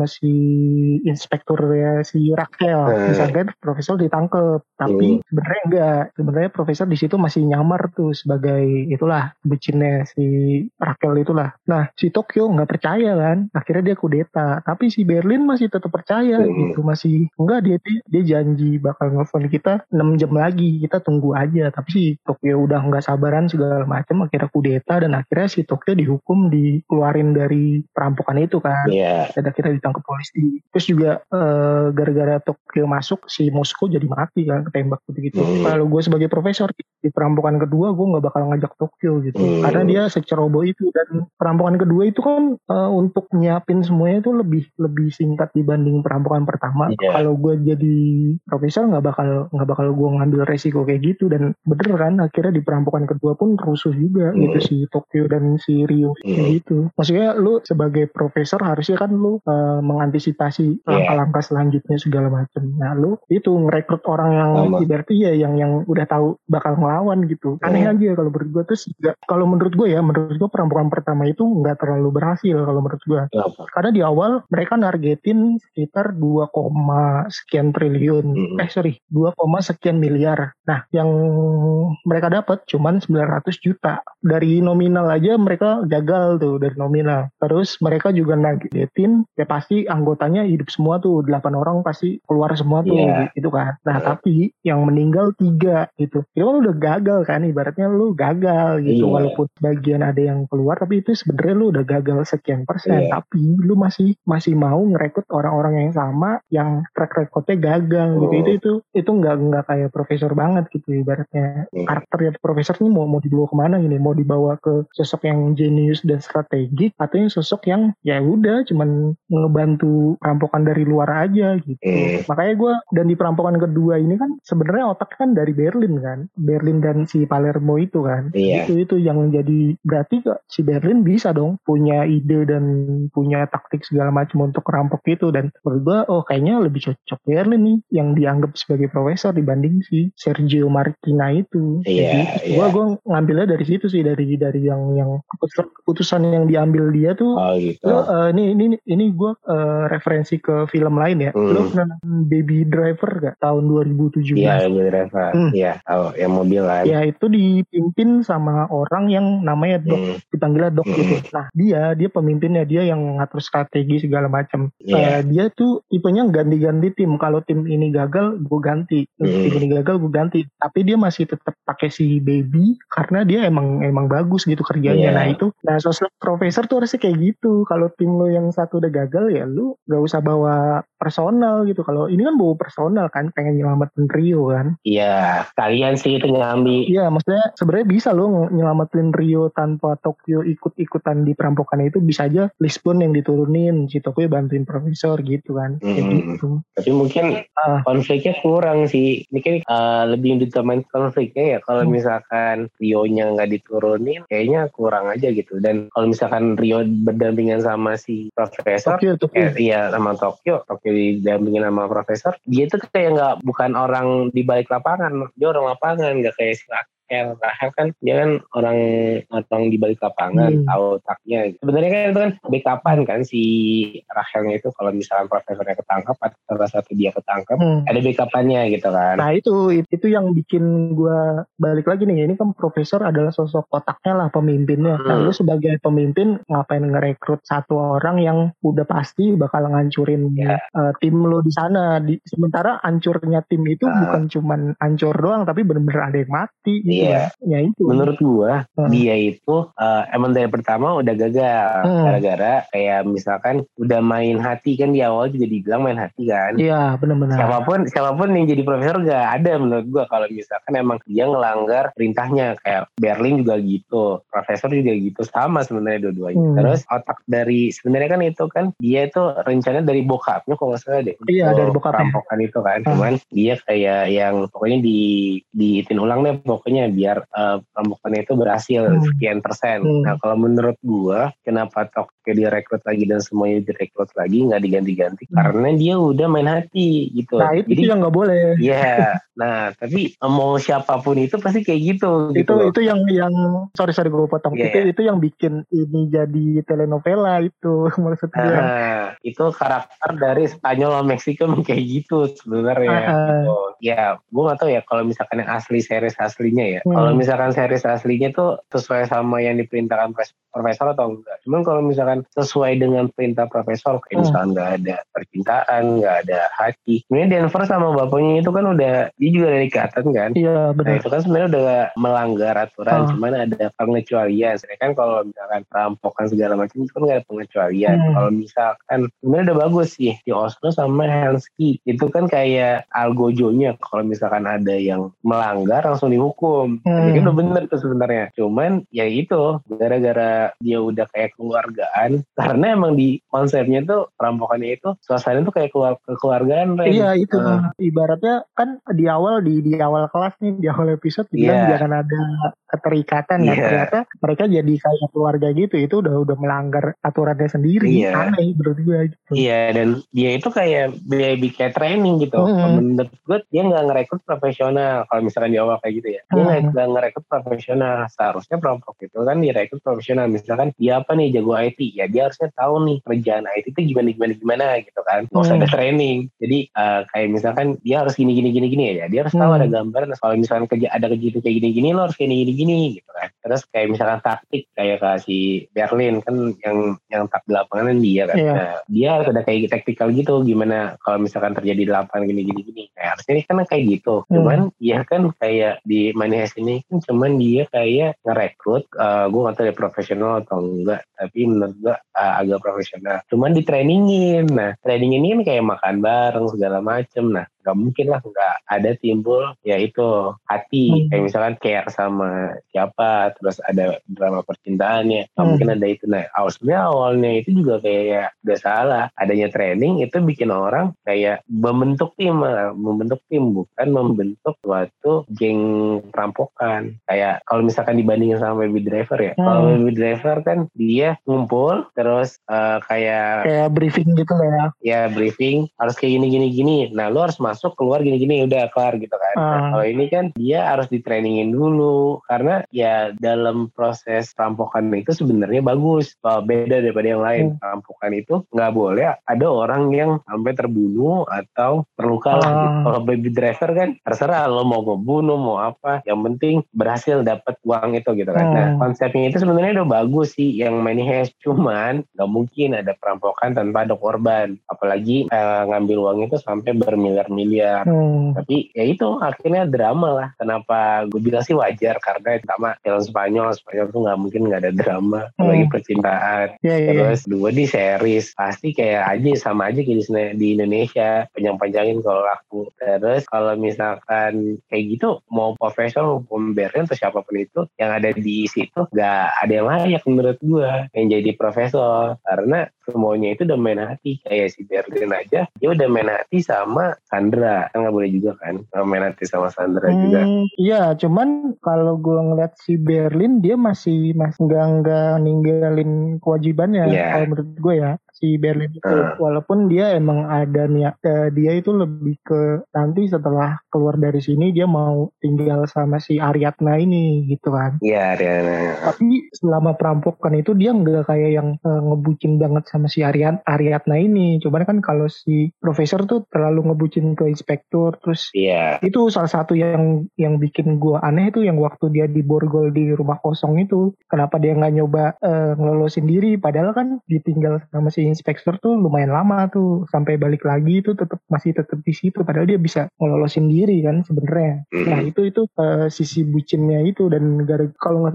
inspekturnya si Raquel, Hmm. misalkan profesor ditangkep, tapi Hmm. sebenarnya enggak, sebenarnya profesor di situ masih nyamar tuh sebagai itulah bucinnya si Raquel itulah. Nah si Tokyo nggak percaya kan, akhirnya dia kudeta, tapi si Berlin masih tetap percaya Hmm. gitu, masih enggak, dia dia janji bakal nelfon kita enam jam lagi, kita tunggu aja. Tapi si Tokyo udah nggak sabaran segala macam, akhirnya kudeta dan akhirnya si Tokyo dihukum, dikeluarin dari perampokan itu kan. Iya. Dan akhirnya ditangkap polisi. Terus juga eh, gara-gara Tokyo masuk, si Moskow jadi mati kan, ketembak gitu-gitu. Hmm. Kalau gue sebagai profesor di perampokan kedua, gue nggak bakal ngajak Tokyo gitu, Hmm. karena dia seceroboh itu. Dan perampokan kedua itu kan eh, untuk nyiapin semuanya itu lebih lebih singkat dibanding perampokan pertama. Iya. Kalau gue jadi profesor nggak bakal nggak bakal gue ngambil resiko kayak gitu. Dan bener kan, akhirnya di perampokan kedua pun rusuh juga Hmm. gitu si Tokyo dan si Rio Hmm. kayak gitu. Maksudnya lu sebagai profesor harusnya kan lu uh, mengantisipasi langkah-langkah selanjutnya segala macam. Nah lu itu ngerekrut orang yang ibaratnya ya yang yang udah tahu bakal ngelawan gitu. Aneh Hmm. aja kalau menurut gue. Terus juga kalau menurut gue ya, menurut gue perampokan pertama itu nggak terlalu berhasil kalau menurut gue. Kenapa? Karena di awal mereka nargetin sekitar dua, sekian triliun. Hmm. Eh sorry, dua, sekian miliar. Nah yang mereka dapat cuman sembilan ratus juta. Dari nominal aja mereka gagal tuh, dari nominal. Terus mereka juga nargetin ya pasti anggotanya hidup semua tuh, delapan orang pasti keluar semua tuh, yeah. gitu kan. Nah yeah. tapi yang meninggal tiga gitu. Itu kan udah gagal kan, ibaratnya lu gagal gitu. Yeah. Walaupun bagian ada yang keluar, tapi itu sebenarnya lu udah gagal sekian persen. Yeah. Tapi lu masih masih mau ngerekrut orang-orang yang sama yang track recordnya gagal oh. gitu. Itu itu itu nggak nggak kayak profesor banget gitu ibaratnya. Yeah. Karakternya profesor ini mau mau dibawa kemana gini? Mau dibawa ke sosok yang jenius dan strategik, atau yang sosok yang ya udah cuman ngebantu perampokan dari luar aja gitu. Mm. Makanya gue, dan di perampokan kedua ini kan sebenarnya otak kan dari Berlin kan, Berlin dan si Palermo itu kan. Yeah. Itu itu yang jadi, berarti si Berlin bisa dong punya ide dan punya taktik segala macam untuk merampok itu. Dan menurut gue oh kayaknya lebih cocok Berlin nih yang dianggap sebagai profesor dibanding si Sergio Marchina itu. Iya. Gitu. Gue gue ngambilnya dari situ sih, dari dari yang yang keputusan, keputusan yang diambil dia tuh. Oh gitu. Lo uh, ini ini ini gue uh, referensi ke film lain ya. Hmm. Lo pernah Baby Driver gak tahun dua ribu tujuh belas? Iya, Baby Driver. Iya, hmm. oh yang mobil kan. Ya itu dipimpin sama orang yang namanya Doc, hmm. dipanggilnya Doc hmm. gitu. Nah dia dia pemimpinnya, dia yang ngatur strategi segala macam. Yeah. Uh, dia tuh tipenya ganti-ganti tim. Kalau tim ini gagal, gue ganti. Hmm. Tim ini gagal, gue ganti. Tapi dia masih tetap pakai si Baby karena dia emang emang bagus gitu kerjanya. Yeah. Nah itu, nah sosok profesor tuh harusnya kayak gitu. Kalau tim lo yang satu udah gagal ya lu gak usah bawa personal gitu. Kalau ini kan bawa personal kan, pengen nyelamatin Rio kan. Iya, kalian sih itu ngambil. Iya, maksudnya sebenarnya bisa lo nyelamatin Rio tanpa Tokyo ikut-ikutan di perampokan itu. Bisa aja Lisbon yang diturunin, si Tokyo bantuin profesor gitu kan. Hmm. Kayak gitu. Tapi mungkin uh, konfliknya kurang sih. Mungkin uh, lebih ditamain konfliknya ya. Kalau hmm. misalkan Rio-nya nggak diturunin, kayaknya kurang aja gitu. Dan kalau misalkan Rio berdampingan sama si profesor, Tokyo, Tokyo. Eh, iya sama Tokyo, Tokyo didampingin sama profesor, dia tuh kayak nggak, bukan orang di balik lapangan, dia orang lapangan, nggak kayak si Rahel. Rahel kan dia kan orang orang di balik lapangan, hmm. tahu taknya. Sebenarnya kan itu kan backupan kan si Rahelnya itu, kalau misalkan profesornya ketangkap atau salah satu dia ketangkap, hmm. ada backupannya gitu kan. Nah itu itu yang bikin gue balik lagi nih. Ini kan profesor adalah sosok otaknya lah, pemimpinnya. Hmm. Nah lu sebagai pemimpin ngapain ngerekrut satu orang yang udah pasti bakal ngancurin yeah. uh, tim lo di sana. Di, sementara hancurnya tim itu uh. bukan cuman hancur doang, tapi bener-bener ada yang mati. Gitu. Iya, ya itu. Menurut gua hmm. dia itu uh, emang dari pertama udah gagal hmm. gara-gara kayak misalkan udah main hati kan, di awal juga dibilang main hati kan. Iya benar-benar. Siapapun siapapun yang jadi profesor gak ada menurut gua kalau misalkan emang dia ngelanggar perintahnya. Kayak Berlin juga gitu, profesor juga gitu, sama sebenarnya dua-duanya. Hmm. Terus otak dari sebenarnya kan itu kan dia itu rencana dari bokapnya kalau nggak salah deh. Iya dari bokapnya. Perampokan itu kan, hmm. cuman dia kayak yang pokoknya di diitin ulang deh pokoknya biar uh, perampokannya itu berhasil hmm. sekian persen. Hmm. Nah kalau menurut gua kenapa Tokyo direkrut lagi dan semuanya direkrut lagi nggak diganti-ganti hmm. karena dia udah main hati gitu. Nah itu Jadi, yang nggak boleh. Iya. Yeah. Nah tapi mau siapapun itu pasti kayak gitu. Itu gitu itu yang yang sorry sorry gue potong. Yeah, itu yeah. itu yang bikin ini jadi telenovela itu maksud gue. Nah, itu karakter dari Spanyol sama Meksiko kayak gitu sebenarnya. Uh-huh. Gitu. Ya, gue nggak tahu ya kalau misalkan yang asli series aslinya ya. Hmm. Kalau misalkan series aslinya tuh sesuai sama yang diperintahkan profesor atau enggak. Cuman kalau misalkan sesuai dengan perintah profesor, kayak hmm. misalkan nggak ada percintaan, nggak ada hati. Sebenarnya Denver sama bapaknya itu kan udah, dia juga ada ikatan kan. Iya benar. Nah itu kan sebenarnya udah melanggar aturan, uh. cuman ada pengecualian. Kan kalau misalkan perampokan segala macam itu kan nggak ada pengecualian. Hmm. Kalau misalkan sebenarnya udah bagus sih di Oslo sama Helsinki itu kan kayak algojonya kalau misalkan ada yang melanggar langsung dihukum. Hmm. Jadi kan udah bener tuh sebenarnya. Cuman ya itu gara-gara dia udah kayak keluargaan karena emang di konsepnya tuh perampokannya itu suasana tuh kayak keluar kekeluargaan. Iya itu uh. ibaratnya kan di awal di di awal kelas nih di awal episode dibilang yeah. jangan ada keterikatan yeah. Nah ternyata mereka jadi kayak keluarga gitu. Itu udah udah melanggar aturannya sendiri. Iya. Aneh menurut gue gitu. Iya dan dia itu kayak baby kayak training gitu. Mm-hmm. Menurut gue dia nggak ngerekrut profesional kalau misalkan di awal kayak gitu ya. Dia nggak mm-hmm. ngerekrut profesional. Seharusnya perampok itu kan direkrut profesional. Misalkan dia apa nih jago I T ya dia harusnya tahu nih kerjaan I T itu gimana gimana gimana gitu kan. Nggak usah mm-hmm. ada training. Jadi uh, kayak misalkan dia harus gini gini gini gini ya. Dia harus tahu mm-hmm. ada gambaran. Kalau misalkan kerja ada kerja itu kayak gini gini lo harus kayak gini gini gitu kan. Terus kayak misalkan taktik kayak si Berlin kan yang yang tak di lapangan dia kan. Yeah. Nah, dia harus ada kayak taktikal gitu gimana kalau misalkan terjadi di lapangan gini-gini gini. Kayak harusnya ini kan kayak gitu. Hmm. Cuman ya kan kayak di Manifest ini kan cuman dia kayak ngerekrut uh, gue gak tahu dia profesional atau enggak tapi menurut gue uh, agak profesional. Cuman di trainingin. Nah, training ini kan kayak makan bareng segala macem. Nah, gak mungkin lah gak ada timbul ya itu hati. Hmm. Kayak misalkan care sama siapa terus ada drama percintaannya. Gak hmm. mungkin ada itu. Nah, awalnya awalnya itu juga kayak udah salah. Adanya training itu bikin orang kayak membentuk tim, membentuk tim bukan membentuk suatu geng perampokan. Kayak kalau misalkan dibandingin sama Baby Driver ya. Hmm. Kalau Baby Driver kan dia ngumpul terus uh, kayak kayak briefing gitu lah ya. Ya briefing harus kayak gini gini gini. Nah lu harus masuk keluar gini gini udah kelar gitu kan. Hmm. Nah, kalau ini kan dia harus ditrainingin dulu karena ya dalam proses perampokan itu sebenarnya bagus. Uh, beda daripada yang lain. Hmm. Perampokan itu nggak boleh ada orang yang sampai terbunuh atau terluka lah. Uh. Gitu. Kalau Baby Driver kan terserah lo mau ngebunuh mau apa, yang penting berhasil dapat uang itu gitu kan. Uh. Nah konsepnya itu sebenarnya udah bagus sih yang Manifest, cuman nggak mungkin ada perampokan tanpa ada korban, apalagi uh, ngambil uang itu sampai bermiliar-miliar. Uh. Tapi ya itu akhirnya drama lah. Kenapa gue bilang sih wajar karena pertama film Spanyol, Spanyol tuh nggak mungkin nggak ada drama, apalagi uh. percintaan. Yeah, yeah, terus yeah. dua di series pasti kayak aja sama aja kayak di Indonesia panjang-panjangin kalau laku. Terus kalau misalkan kayak gitu mau profesor mau Berlin atau siapapun itu yang ada di situ gak ada yang layak menurut gue yang jadi profesor karena semuanya itu udah main hati. Kayak si Berlin aja dia udah main hati sama Sandra kan, gak boleh juga kan main hati sama Sandra hmm, juga. Iya cuman kalau gue ngeliat si Berlin dia masih masih nggak nggak ninggalin kewajibannya. Yeah. Kalau menurut gue ya si Berlin itu uh. walaupun dia emang ada niat eh, dia itu lebih ke nanti setelah keluar dari sini dia mau tinggal sama si Ariadna ini gitu kan. Iya yeah, Ariadna. Tapi selama perampokan itu dia nggak kayak yang eh, ngebucin banget sama si Ariad Ariadna ini. Cuman kan kalau si profesor tuh terlalu ngebucin ke inspektur terus. Iya. Yeah. Itu salah satu yang yang bikin gue aneh itu yang waktu dia diborgol di rumah kosong itu. Kenapa dia nggak nyoba eh, ngelolosin diri padahal kan ditinggal sama si inspektur tuh lumayan lama tuh sampai balik lagi itu tetap masih tetap di situ padahal dia bisa ngelolosin diri kan sebenarnya. Mm-hmm. Nah itu itu uh, sisi bucinnya itu dan gara kalau nggak salah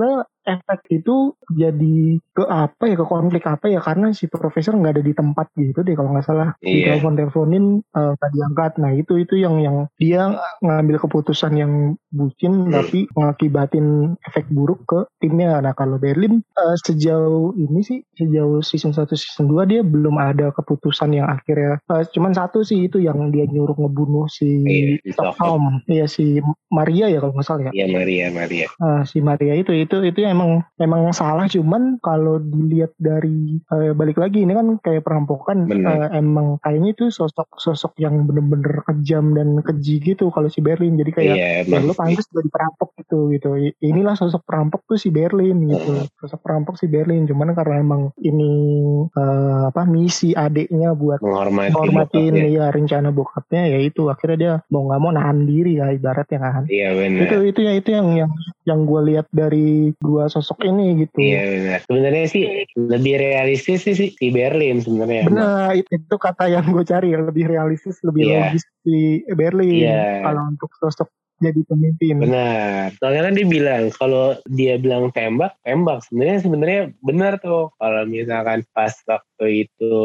efek itu jadi ke apa ya, ke konflik apa ya, karena si profesor nggak ada di tempat gitu deh kalau nggak salah. Di Iya. telepon-teleponin uh, nggak diangkat. Nah itu itu yang yang dia ngambil keputusan yang bucin hmm. tapi mengakibatin efek buruk ke timnya. Nah kalau Berlin uh, sejauh ini sih, sejauh season satu season dua dia belum ada keputusan yang akhirnya uh, cuman satu sih, itu yang dia nyuruh ngebunuh si iya, Stockholm. Iya si Maria ya kalau nggak salah ya. Iya Maria Maria. Uh, si Maria itu itu itu emang emang salah, cuman kalau dilihat dari uh, balik lagi ini kan kayak perampokan, uh, emang kayaknya itu sosok sosok yang bener-bener kejam dan keji gitu kalau si Berlin. Jadi kayak iya, ya lu pantas jadi perampok gitu gitu. Inilah sosok perampok tuh si Berlin gitu. Uh. Sosok perampok si Berlin, cuman karena emang ini uh, apa misi adiknya buat menghormatin ya rencana bokapnya, ya itu akhirnya dia mau nggak mau nahan diri ya ibaratnya kan. Iya benar. Itu itu ya itu yang yang yang gue lihat dari dua sosok ini gitu. Iya benar. Sebenarnya sih lebih realistis sih si Berlin sebenarnya. Benar, itu, itu kata yang gue cari, lebih realistis, lebih yeah. logis di Berlin. Yeah. Kalau untuk sosok jadi pemimpin. Benar. Soalnya kan dia bilang kalau dia bilang tembak, tembak. Sebenarnya sebenarnya benar tuh. Kalau misalkan pas waktu itu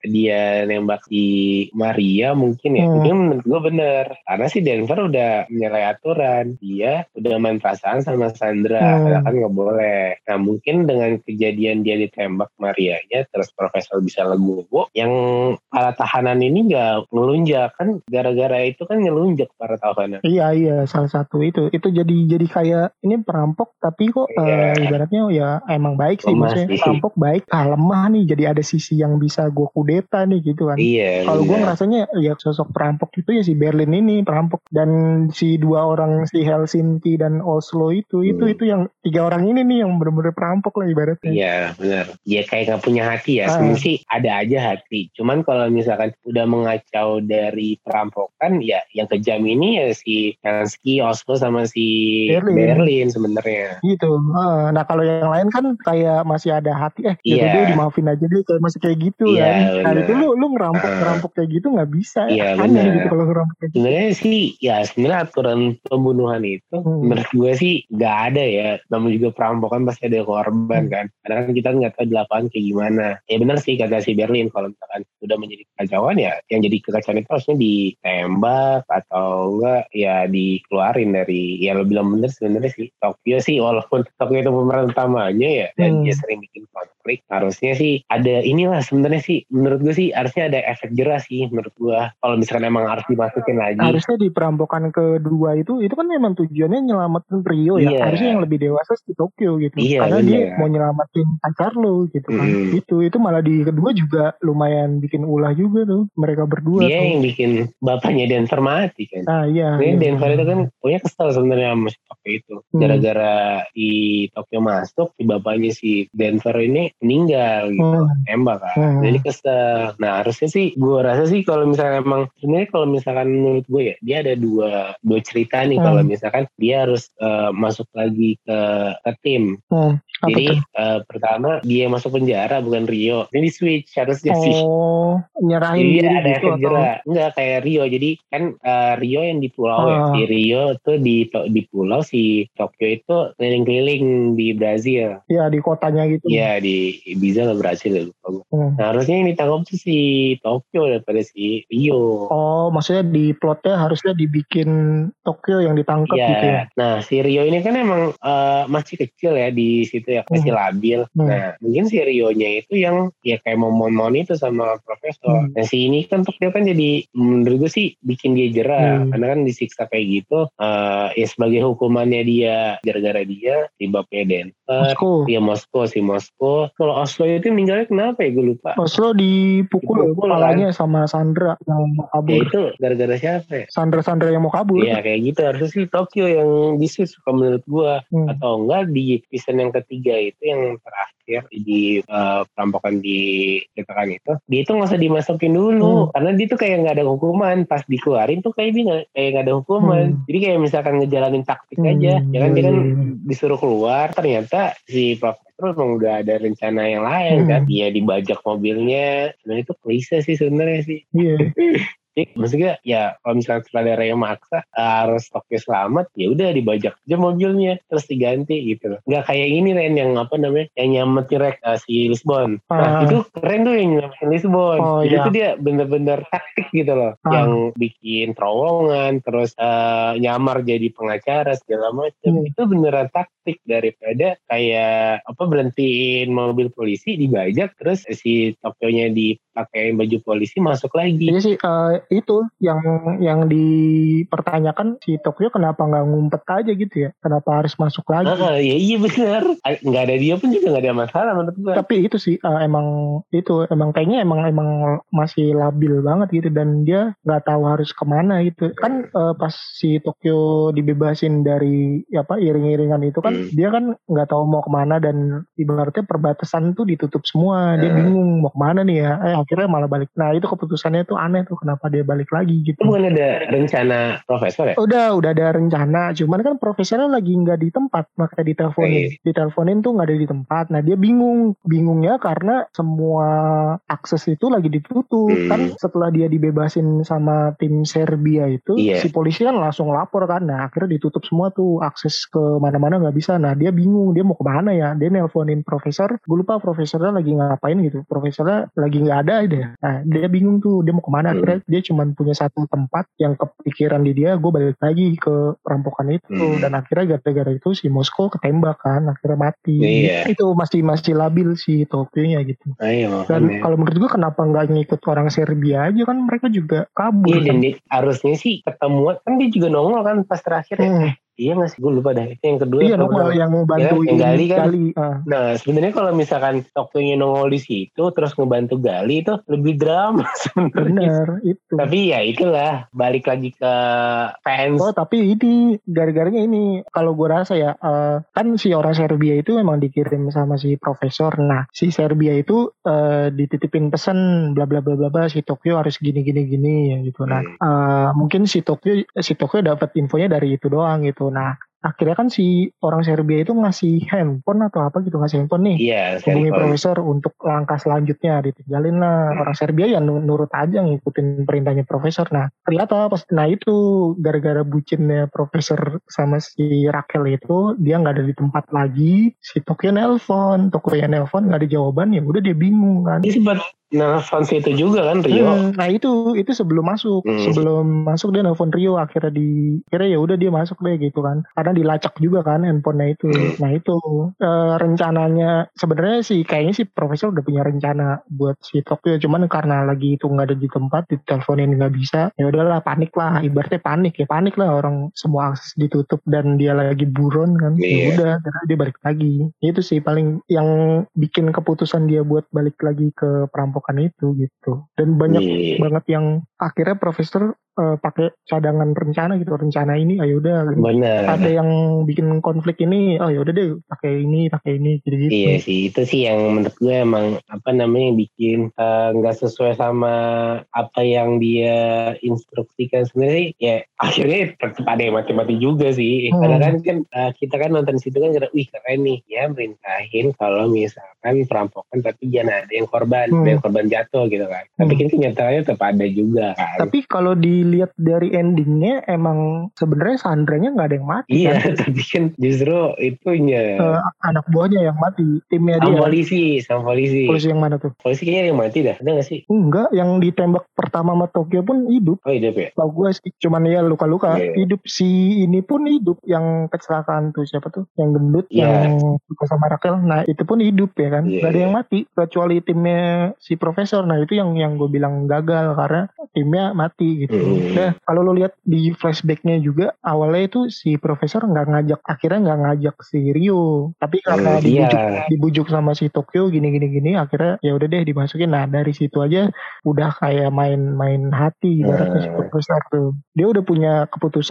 dia nembak si Maria mungkin ya, hmm. mungkin menurut gue benar. Karena si Denver udah menyalahi aturan. Dia udah main perasaan sama Sandra, hmm. padahal kan nggak boleh. Nah mungkin dengan kejadian dia ditembak Marianya, terus Profesor bisa legowo, yang para tahanan ini nggak ngelunjak kan, gara-gara itu kan ngelunjak para tahanan. Iya iya. Salah satu itu itu jadi jadi kayak ini perampok tapi kok yeah. uh, ibaratnya ya emang baik sih, lemah maksudnya sih. Perampok baik ah lemah nih, jadi ada sisi yang bisa gue kudeta nih gitu kan. Iya, kalau gue ngerasanya ya sosok perampok itu ya si Berlin ini perampok, dan si dua orang si Helsinki dan Oslo itu hmm. itu itu yang tiga orang ini nih yang benar-benar perampok lah ibaratnya. Iya benar, dia kayak nggak punya hati ya. ah. Sebenarnya sih ada aja hati, cuman kalau misalkan udah mengacau dari perampokan ya yang kejam ini ya si Helsinki, Oslo sama si Berlin, Berlin sebenarnya. Gitu. Nah kalau yang lain kan kayak masih ada hati, eh yeah. ya deh dimaafin aja deh, kayak masih kayak gitu yeah, kan. Nah itu lu lu ngerampok uh, ngerampok kayak gitu nggak bisa. Iya yeah, aneh gitu kalau ngerampok kayak gitu. Sebenarnya sih ya sebenarnya aturan pembunuhan itu hmm. menurut gue sih nggak ada ya. Namun juga perampokan pasti ada korban hmm. kan. Karena kan kita nggak tahu di lapangan kayak gimana. Ya benar sih kata si Berlin, kalau misalkan udah menjadi kekacauan ya yang jadi kekacauan itu harusnya ditembak atau enggak ya dikeluarin dari, ya lo bilang bener sebenarnya sih Tokyo sih, walaupun Tokyo itu pemeran utamanya ya dan hmm. dia sering bikin konflik, harusnya sih ada inilah sebenarnya sih menurut gue sih harusnya ada efek jerah sih menurut gue kalau misalkan emang harus dimasukin lagi. Harusnya di perampokan kedua itu itu kan memang tujuannya nyelamatin Rio ya, yeah. harusnya yang lebih dewasa di Tokyo gitu, yeah, karena bener. Dia mau nyelamatin pacar lo gitu kan. mm. itu itu malah di kedua juga lumayan bikin ulah juga tuh mereka berdua. Dia tuh. yang bikin bapaknya Denver mati kan. Ah iya. Ini iya Denver itu kan punya kesel sebenarnya sama si Tokyo itu. Hmm. Gara-gara di Tokyo masuk, si bapaknya si Denver ini meninggal gitu. Hmm. Tembak kan. Hmm. Jadi kesel. Nah harusnya sih, gue rasa sih kalau misalnya emang, sebenarnya kalau misalkan menurut gue ya, dia ada dua dua cerita nih. Hmm. Kalau misalkan dia harus uh, masuk lagi ke, ke tim. Hmm. Jadi uh, pertama dia masuk penjara bukan Rio. Ini di switch harusnya sih. Oh, nyerahin jadi diri ada gitu efek jerah. Enggak kayak Rio. Jadi kan uh, Rio yang di pulau uh. ya. Si Rio tuh di di pulau, si Tokyo itu keliling-keliling di Brazil. Iya di kotanya gitu. Iya di Ibiza lah Brazil. Hmm. Nah harusnya yang ditangkap tuh si Tokyo daripada si Rio. Oh maksudnya di plotnya harusnya dibikin Tokyo yang ditangkap ya. gitu ya. Nah si Rio ini kan emang uh, masih kecil ya di situ ya, masih hmm. labil. Hmm. Nah mungkin si Rio-nya itu yang ya kayak momon-momon itu sama Profesor. Hmm. Nah si ini kan Tokyo kan jadi menurut gue sih bikin dia jerah. Hmm. Karena kan disiksa kayak gitu. Uh, ya sebagai hukumannya dia, gara-gara dia si bapaknya Denver. Moskow. Ya Moskow, si Moskow. Kalau Oslo itu meninggalnya kenapa ya gue lupa. Oslo dipukul, dipukul kepalanya kan sama Sandra yang mau kabur. Ya itu gara-gara siapa ya? Sandra-Sandra yang mau kabur. Iya kayak gitu. Harusnya sih Tokyo yang disis menurut gue. Hmm. Atau enggak di season yang ketiga itu yang terakhir di uh, perampokan di ceritakan itu, dia itu nggak usah dimasukin dulu. Hmm. Karena dia tuh kayak nggak ada hukuman. Pas dikeluarin tuh kayak dia gak, kayak nggak ada hukuman. Hmm. Jadi kayak misalkan ngejalanin taktik hmm. aja. Ya kan dia kan disuruh keluar, ternyata si Profesor emang udah ada rencana yang lain hmm. kan. Dia dibajak mobilnya. Dan itu klise sih sebenarnya sih. Iya. Jadi maksudnya ya kalau misalnya sutradara yang maksa harus Tokyo selamat, ya udah dibajak aja mobilnya terus diganti gitu loh. Nggak kayak ini Ren yang apa namanya yang nyamatin rek uh, si Lisbon. Nah uh. itu keren tuh yang nyamatin Lisbon. Oh, jadi iya. Itu dia bener-bener taktik gitu loh, uh. yang bikin terowongan terus uh, nyamar jadi pengacara segala macam. Hmm. Itu beneran taktik daripada kayak apa berhentiin mobil polisi dibajak terus si Tokyo-nya dipakai baju polisi masuk lagi. Iya sih uh, itu yang yang dipertanyakan si Tokyo kenapa nggak ngumpet aja gitu ya? Kenapa harus masuk lagi? Ah, iya iya benar. Nggak ada dia pun juga nggak ada masalah menurut gue. Tapi itu sih uh, emang itu emang kayaknya emang emang masih labil banget gitu dan dia nggak tahu harus kemana gitu. Kan uh, pas si Tokyo dibebasin dari apa iring-iringan itu kan hmm. dia kan nggak tahu mau kemana dan ibaratnya perbatasan tuh ditutup semua. Dia hmm. bingung mau kemana nih ya. Eh akhirnya malah balik. Nah itu keputusannya tuh aneh tuh kenapa dia balik lagi gitu. Itu bukan ada rencana profesor ya? Udah, udah ada rencana. Cuman kan profesornya lagi nggak di tempat, makanya diteleponin. Hey. Diteleponin tuh nggak ada di tempat. Nah dia bingung, bingungnya karena semua akses itu lagi ditutup. Hmm. Kan setelah dia dibebasin sama tim Serbia itu, yeah. si polisi kan langsung lapor kan. Nah akhirnya ditutup semua tuh akses ke mana-mana nggak bisa. Nah dia bingung, dia mau kemana ya? Dia nelponin profesor. Gue lupa profesornya lagi ngapain gitu. Profesornya lagi nggak ada deh. Nah dia bingung tuh, dia mau kemana? Akhirnya dia cuma punya satu tempat yang kepikiran di dia, gue balik lagi ke perampokan itu. Hmm. Dan akhirnya gara-gara itu si Moskow ketembak kan, akhirnya mati. Iya. Itu masih masih labil si Tokyo-nya gitu. Ayo, dan kalau menurut gue kenapa nggak ngikut orang Serbia aja, kan mereka juga kabur. Iya, kan? Dan dia, harusnya sih ketemuan kan dia juga nongol kan pas terakhir ya. Hmm. Iya nggak sih, gue lupa dah. Itu yang kedua. Iya nongol yang bantuin ya, yang Gali kan. Gali. Uh. Nah sebenarnya kalau misalkan Tokyo-nya nongol di situ terus ngebantu Gali itu lebih drama sebenarnya. Bener itu. Tapi ya itulah balik lagi ke fans. Oh tapi ini gara-garanya ini kalau gue rasa ya uh, kan si orang Serbia itu memang dikirim sama si profesor. Nah si Serbia itu uh, dititipin pesan bla bla bla bla bla si Tokyo harus gini gini gini ya gitu. Nah hmm. uh, mungkin si Tokyo si Tokyo dapat infonya dari itu doang gitu. Nah akhirnya kan si orang Serbia itu ngasih handphone atau apa gitu, ngasih handphone nih, yeah, hubungi profesor untuk langkah selanjutnya, ditinggalin lah. Hmm. Orang Serbia ya nurut aja ngikutin perintahnya profesor. Nah ternyata pas nah itu gara-gara bucinnya profesor sama si Raquel itu, dia nggak ada di tempat lagi. Si Tokyo nelpon, Tokyo nelpon nggak ada jawaban, ya udah dia bingung kan. Dia sempat nelfon itu juga kan Rio. Hmm, nah itu itu sebelum masuk, hmm. sebelum masuk dia nelfon Rio, akhirnya di akhirnya ya udah dia masuk deh gitu kan. Karena dilacak juga kan handphonenya itu. Hmm. Nah itu e, rencananya sebenarnya sih kayaknya sih profesor udah punya rencana buat si Tokyo, cuman karena lagi itu nggak ada di tempat, diteleponin nggak bisa, ya udahlah panik lah, ibaratnya panik ya panik lah, orang semua akses ditutup dan dia lagi buron kan. Yeah. Ya udah dia balik lagi. Itu sih paling yang bikin keputusan dia buat balik lagi ke perampok itu gitu. Dan banyak yeah. banget yang akhirnya profesor uh, pakai cadangan rencana gitu, rencana ini ayo udah ada yang bikin konflik ini, oh ya udah deh pakai ini pakai ini gitu gitu. Iya sih, itu sih yang menurut gue emang apa namanya bikin nggak uh, sesuai sama apa yang dia instruksikan sebenarnya. Ya akhirnya tetap ada yang mati-mati juga sih. Hmm. Karena kan kan uh, kita kan nonton situ kan kira wih keren nih ya, merintahin kalau misalkan perampokan tapi jangan ada yang korban, hmm. ada yang korban jatuh gitu kan. Hmm. Tapi kan kenyataannya tetap ada juga kan. Tapi kalau dilihat dari endingnya emang sebenarnya Sandranya nggak ada yang mati. Iya, kan? Tapi kan justru itunya uh, anak buahnya yang mati, timnya sama dia. polisi, sama polisi. Polisi yang mana tuh? Polisi kayaknya yang mati dah, ada nggak sih? Enggak, yang ditembak pertama sama Tokyo pun hidup. Oh hidup ya? Tahu gue sih, cuman ya luka-luka. Yeah. Hidup si ini pun hidup, yang kecelakaan tuh siapa tuh? Yang gendut, yeah. yang suka sama Raquel. Nah itu pun hidup ya kan? Yeah. Gak ada yang mati, kecuali timnya si profesor. Nah itu yang yang gue bilang gagal karena timnya mati gitu. Mm. Nah kalau lo lihat di flashbacknya juga awalnya itu si profesor nggak ngajak, akhirnya nggak ngajak si Rio, tapi karena mm, dibujuk yeah. dibujuk sama si Tokyo gini gini gini, akhirnya ya udah deh dimasukin. Nah dari situ aja udah kayak main-main hati ibaratnya mm. si profesor tuh. Dia udah punya keputusan.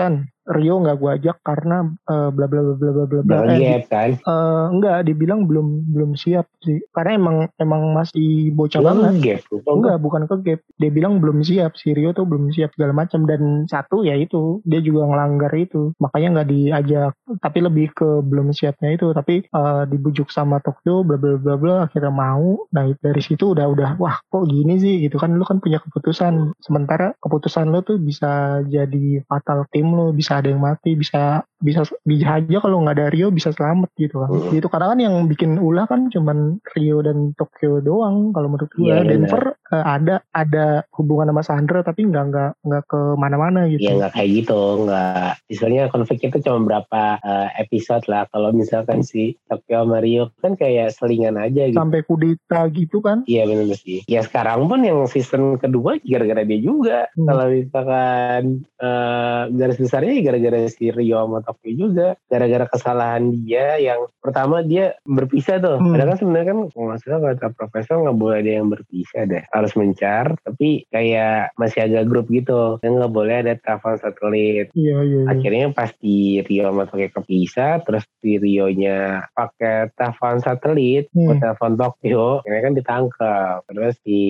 Rio nggak gue ajak karena uh, bla bla bla bla bla bla. Eh, kan? Uh, enggak, dibilang belum belum siap sih. Karena emang emang masih bocah banget. Gap, enggak, bukan ke gap. Dia bilang belum siap. Si Rio tuh belum siap segala macam. Dan satu ya itu, dia juga ngelanggar itu. Makanya nggak diajak. Tapi lebih ke belum siapnya itu. Tapi uh, dibujuk sama Tokyo, bla bla bla bla. Akhirnya mau. Nah dari situ udah udah wah kok gini sih gitu kan. Lu kan punya keputusan. Sementara keputusan lu tuh bisa jadi fatal tim lu. Bisa ada yang mati. Bisa bisa bisa aja kalau nggak ada Rio bisa selamat gitu kan. Hmm. Gitu karena kan yang bikin ulah kan cuman Rio dan Tokyo doang kalau menurut gue. Ya, Denver uh, ada ada hubungan sama Sandra tapi nggak nggak nggak ke mana-mana gitu. Ya nggak kayak gitu, nggak. Misalnya konfliknya itu cuma berapa uh, episode lah. Kalau misalkan si Tokyo sama Rio kan kayak selingan aja gitu. Sampai kudeta gitu kan. Iya benar sih. Ya sekarang pun yang season kedua gara-gara dia juga. Hmm. Kalau misalkan uh, garis besarnya gara-gara si Rio sama Tokyo juga. Gara-gara kesalahan dia yang pertama dia berpisah tuh. Hmm. Padahal kan sebenarnya kan nggak salah kata profesor nggak boleh ada yang berpisah deh. Harus mencar. Tapi kayak masih agak grup gitu. Dan nggak boleh ada telepon satelit. Iya, iya, iya. Akhirnya pas di Rio sama Tokyo kepisah. Terus di Rio-nya pakai telepon satelit. Hmm. Buat telepon Tokyo. Ini kan ditangkap. Terus di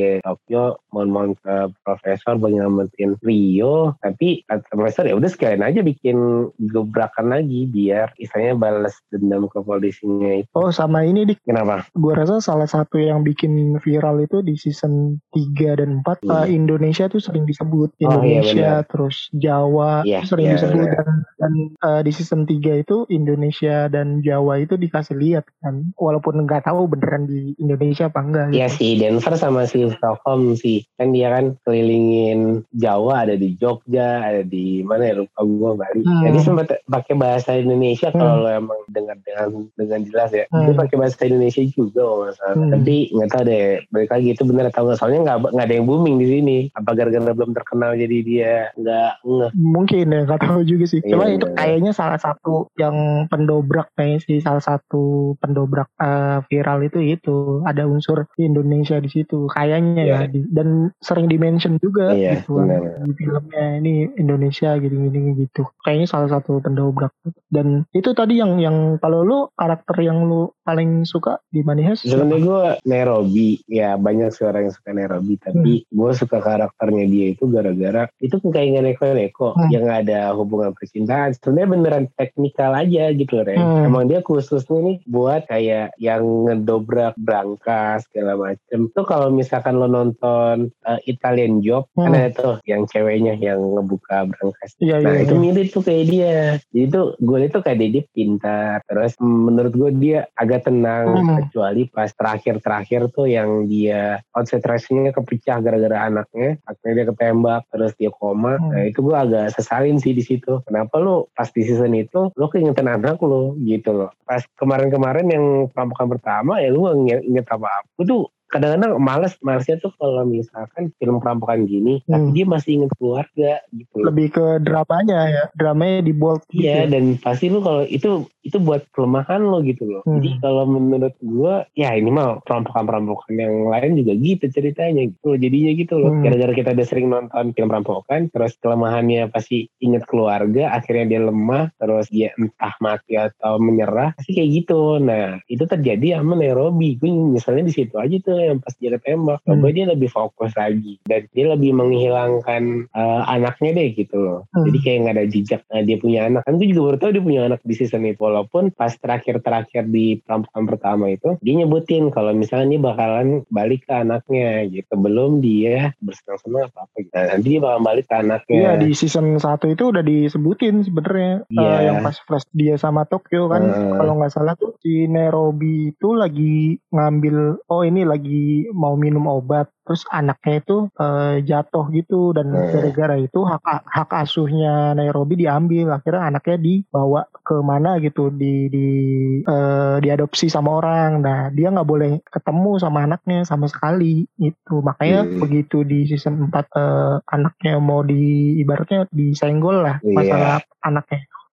Tokyo mohon-mohon ke profesor buat nyelamatin Rio. Tapi profesor ya udah sekalian aja bikin gebrakan lagi biar istilahnya balas dendam ke polisinya itu. Oh sama ini Dik. Kenapa? Gue rasa salah satu yang bikin viral itu di season tiga dan empat hmm. uh, Indonesia tuh sering disebut. Indonesia oh, iya terus Jawa yeah, sering yeah, disebut yeah. dan, dan uh, di season tiga itu Indonesia dan Jawa itu dikasih lihat kan. Walaupun nggak tahu beneran di Indonesia apa enggak gitu. Iya sih, Denver sama si Stockholm sih. Kan dia kan kelilingin Jawa, ada di Jogja, ada di mana ya lupa gue Bali. Hmm. Jadi sempat pakai bahasa Indonesia hmm. kalau lo emang dengar dengan dengan jelas ya. Hmm. Dia pakai bahasa Indonesia juga masalah. Hmm. Tapi nggak tahu deh, balik lagi itu benar atau nggak. Soalnya nggak nggak ada yang booming di sini. Apa gara-gara belum terkenal jadi dia nggak ngeh? Mungkin ya, nggak tahu juga sih. Cuma yeah, itu yeah. kayaknya salah satu yang pendobrak kayaknya sih, salah satu pendobrak uh, viral itu itu ada unsur Indonesia di situ kayaknya yeah. ya di, dan sering dimention juga yeah, gitu kan di filmnya ini Indonesia gini-gini gitu. Kayaknya salah satu pendobrak. Dan itu tadi yang yang kalau lu karakter yang lu paling suka di Money Heist? Sebenarnya gue Nairobi ya, banyak sih orang yang suka Nairobi tapi hmm. gue suka karakternya dia itu gara-gara itu kayak nggak neko-neko hmm. yang gak ada hubungan percintaan. Sebenarnya beneran teknikal aja gitu Ren. Hmm. Emang dia khususnya nih buat kayak yang ngedobrak brankas segala macem. Tuh kalau misalkan lo nonton uh, Italian Job hmm. kan ada tuh yang ceweknya yang ngebuka brankas. Ya, nah ya, itu ya. Mirip tuh kayak dia. Jadi tuh gue itu kayak dia pintar. Terus menurut gue dia agak tenang hmm. kecuali pas terakhir-terakhir tuh yang dia konsentrasinya kepecah gara-gara anaknya. Akhirnya dia ketembak terus dia koma. Hmm. Nah itu gue agak sesalin sih di situ. Kenapa lo pas di season itu lo keingetan anak lo gitu loh. Pas kemarin-kemarin yang perampokan pertama ya lu gak inget, inget apa-apa. Itu kadang-kadang males, malesnya tuh kalau misalkan film perampokan gini, hmm. tapi dia masih inget keluarga gitu. Lebih ke dramanya ya, dramanya di bold. Iya, gitu. Dan pasti lu kalau itu itu buat kelemahan lo gitu loh. Hmm. Jadi kalau menurut gue, ya ini mah perampokan-perampokan yang lain juga gitu ceritanya gitu. Jadinya gitu loh. Hmm. Gara-gara kita udah sering nonton film perampokan, terus kelemahannya pasti inget keluarga, akhirnya dia lemah, terus dia entah mati atau menyerah, pasti kayak gitu. Nah, itu terjadi sama Nairobi. Gue misalnya di situ aja tuh yang pas dia ketembak, coba hmm. dia lebih fokus lagi dan dia lebih menghilangkan uh, anaknya deh gitu loh. Hmm. Jadi kayak nggak ada jejak uh, dia punya anak. Kan gue juga baru tahu dia punya anak di season itu. Walaupun pas terakhir-terakhir di perampokan pertama itu dia nyebutin kalau misalnya dia bakalan balik ke anaknya gitu. Belum dia bersenang-senang apa apa gitu. Nah, nanti dia bakal balik ke anaknya. Iya di season satu itu udah disebutin sebenarnya yeah. uh, yang pas flash dia sama Tokyo kan uh. kalau nggak salah tuh si Nairobi itu lagi ngambil oh ini lagi mau minum obat terus anaknya itu uh, jatuh gitu dan hmm. gara-gara itu hak hak asuhnya Nairobi diambil, akhirnya anaknya dibawa ke mana gitu di di uh, diadopsi sama orang. Nah dia nggak boleh ketemu sama anaknya sama sekali itu, makanya hmm. begitu di season empat uh, anaknya mau di ibaratnya disenggol lah yeah. masalah anaknya.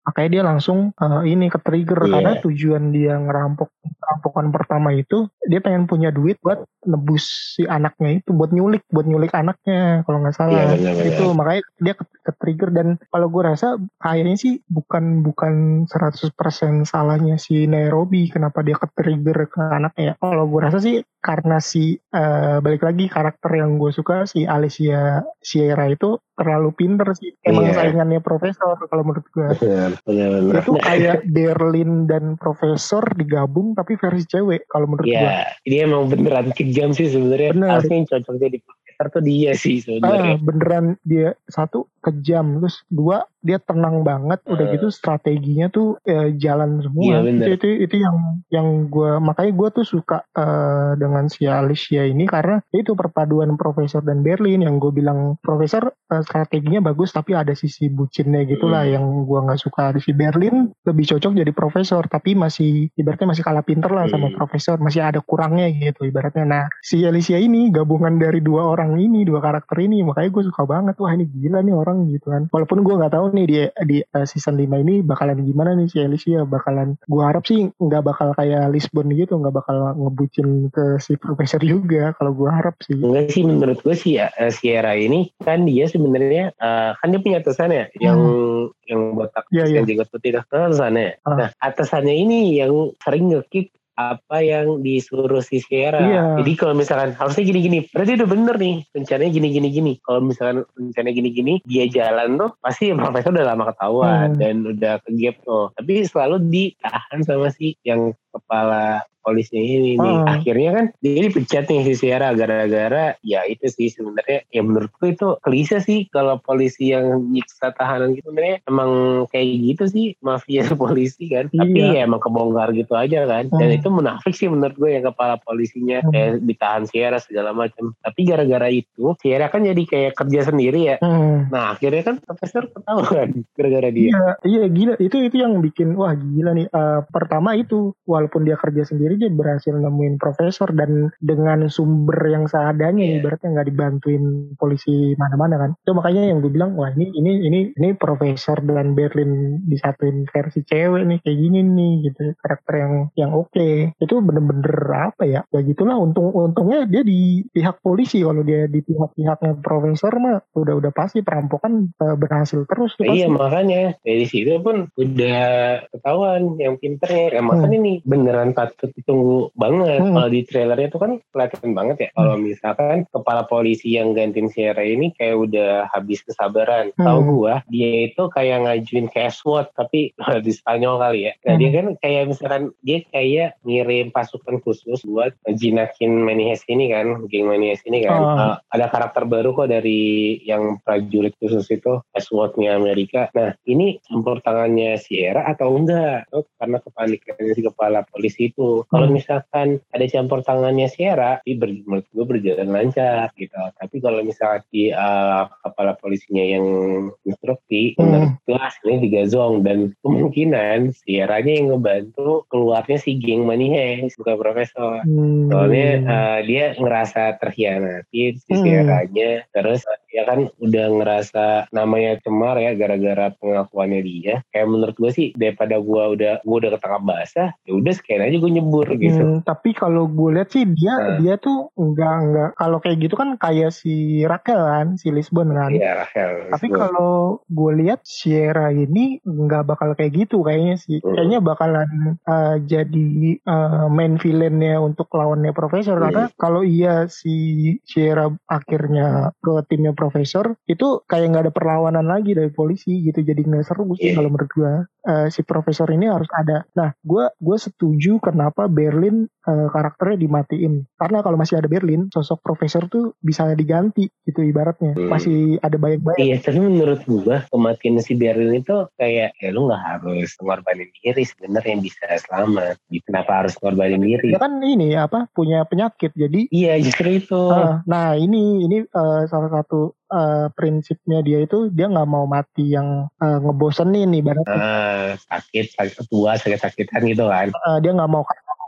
makanya dia langsung uh, ini ke trigger yeah. Karena tujuan dia ngerampok perampokan pertama itu dia pengen punya duit buat nebus si anaknya itu, buat nyulik buat nyulik anaknya kalau nggak salah. Yeah, bener, itu bener. Makanya dia ke, ke trigger, dan kalau gue rasa kayaknya sih bukan bukan seratus persen salahnya si Nairobi kenapa dia ke trigger ke anaknya. Kalau gue rasa sih karena si uh, balik lagi karakter yang gue suka si Alicia Sierra itu terlalu pinter sih. Emang yeah. Saingannya Profesor kalau menurut gue. Benar, benar, benar. Itu kayak Berlin dan Profesor digabung tapi versi cewek kalau menurut yeah. gue. Iya, dia emang beneran kejam sih sebenarnya. Harusnya yang cocok jadi Profesor tuh dia sih sebenarnya. Ah, beneran dia satu kejam, terus dua dia tenang banget, udah gitu strateginya tuh eh, jalan semua. Iya, itu, itu itu yang yang gue makanya gue tuh suka uh, dengan si Alicia ini karena itu perpaduan Profesor dan Berlin. Yang gue bilang Profesor uh, strateginya bagus tapi ada sisi bucinnya gitulah hmm. yang gue nggak suka. Di si Berlin lebih cocok jadi Profesor tapi masih ibaratnya masih kalah pinter lah hmm. sama Profesor, masih ada kurangnya gitu ibaratnya. Nah si Alicia ini gabungan dari dua orang ini, dua karakter ini, makanya gue suka banget. Wah ini gila nih orang gitu kan. Walaupun gue nggak tahu nih di di uh, season lima ini bakalan gimana nih si Alicia. Bakalan gue harap sih nggak bakal kayak Lisbon gitu, nggak bakal ngebucin ke si Profesor juga kalau gue harap sih. Enggak sih, menurut gue sih uh, Sierra ini kan dia sebenarnya uh, kan dia punya atasannya hmm. yang yang botak yeah, yang yeah. jago putih atasannya. Uh. Nah atasannya ini yang sering nge-kick apa yang disuruh si Sierra. Iya. Jadi kalau misalkan harusnya gini-gini, berarti udah bener nih rencananya gini-gini-gini. Kalau misalkan rencananya gini-gini, dia jalan tuh pasti Profesor udah lama ketahuan hmm. dan udah ke gap tuh. Tapi selalu ditahan sama si yang kepala polisi ini nih. Hmm. Akhirnya kan dia dipecat nih si Sierra gara-gara ya itu sih sebenarnya ya menurutku itu klise sih kalau polisi yang nyiksa tahanan gitu sebenarnya emang kayak gitu sih mafia polisi kan. Iya. Tapi ya emang kebongkar gitu aja kan. Hmm. Dan itu munafik sih menurut gue yang kepala polisinya hmm. kayak ditahan Sierra segala macam. Tapi gara-gara itu Sierra kan jadi kayak kerja sendiri ya. Hmm. Nah akhirnya kan Profesor ketahuan gara-gara dia. Iya, iya gila itu itu yang bikin wah gila nih. Uh, pertama itu walaupun dia kerja sendiri dia berhasil nemuin Profesor dan dengan sumber yang seadanya yeah. ibaratnya nggak dibantuin polisi mana-mana kan. Itu makanya yang gue bilang wah ini ini ini ini Profesor dan Berlin disatuin versi cewek nih kayak gini nih gitu, karakter yang yang oke okay. Itu bener-bener apa ya ya gitulah. Untung untungnya dia di pihak polisi. Kalau dia di pihak-pihaknya Profesor mah udah udah pasti perampokan uh, berhasil terus tuh, iya pasti. Makanya dari situ pun udah ketahuan yang pinternya ya, makanya hmm. nih beneran patut ditunggu banget. Hmm. Kalau di trailernya tuh kan kelihatan banget ya. Hmm. Kalau misalkan kepala polisi yang gantiin Sierra ini kayak udah habis kesabaran. Hmm. Tahu gua dia itu kayak ngajuin kayak SWAT tapi di Spanyol kali ya. Nah hmm. dia kan kayak misalkan dia kayak ngirim pasukan khusus buat jinakin Manihes ini kan, geng Manihes ini kan. Oh. Uh, ada karakter baru kok dari yang prajurit khusus itu, SWAT-nya Amerika. Nah ini campur tangannya Sierra atau enggak? Oh, karena kepanikan si kepala polisi itu. Hmm. Kalau misalkan ada campur tangannya Sierra, itu ber, menurut gue berjalan lancar gitu. Tapi kalau misalkan di uh, kepala polisinya yang instruksi, hmm. menurut gue hasilnya digazong dan kemungkinan Sierra-nya yang ngebantu keluarnya si geng Manihes, bukan Profesor. Hmm. Soalnya uh, dia ngerasa terhianati si hmm. Sierra-nya, terus dia kan udah ngerasa namanya cemar ya gara-gara pengakuannya dia. Kayak menurut gue sih daripada gue udah gue udah ketangkap basah, ya udah sekalian aja gue nyebur gitu. Hmm, tapi kalau gue lihat sih dia nah. dia tuh enggak enggak kalau kayak gitu kan kayak si Rachel kan, si Lisbon kan. Iya Rachel. Tapi kalau gue lihat Sierra ini enggak bakal kayak gitu kayaknya sih. Hmm. Kayaknya bakalan uh, jadi uh, main villainnya untuk lawannya Profesor. Hmm. Karena kalau iya si Sierra akhirnya ke timnya Profesor itu kayak nggak ada perlawanan lagi dari polisi gitu. Jadi nggak seru sih yeah. kalau menurut gue. Uh, si Profesor ini harus ada. Nah, gue gue setuju kenapa Berlin uh, karakternya dimatiin. Karena kalau masih ada Berlin, sosok Profesor tuh bisa diganti gitu ibaratnya. Hmm. Masih ada banyak-banyak. Iya, tapi menurut gue kematian si Berlin itu kayak ya lu nggak harus ngorbanin diri sebenarnya yang bisa selamat. Kenapa harus ngorbanin diri? Dia kan ini apa punya penyakit jadi. Iya justru itu. Uh, nah ini ini uh, salah satu Uh, prinsipnya dia itu dia nggak mau mati yang uh, ngebosenin nih ibaratnya. Uh, sakit, sakit tua, sakit-sakitan gitu kan. Uh, dia nggak mau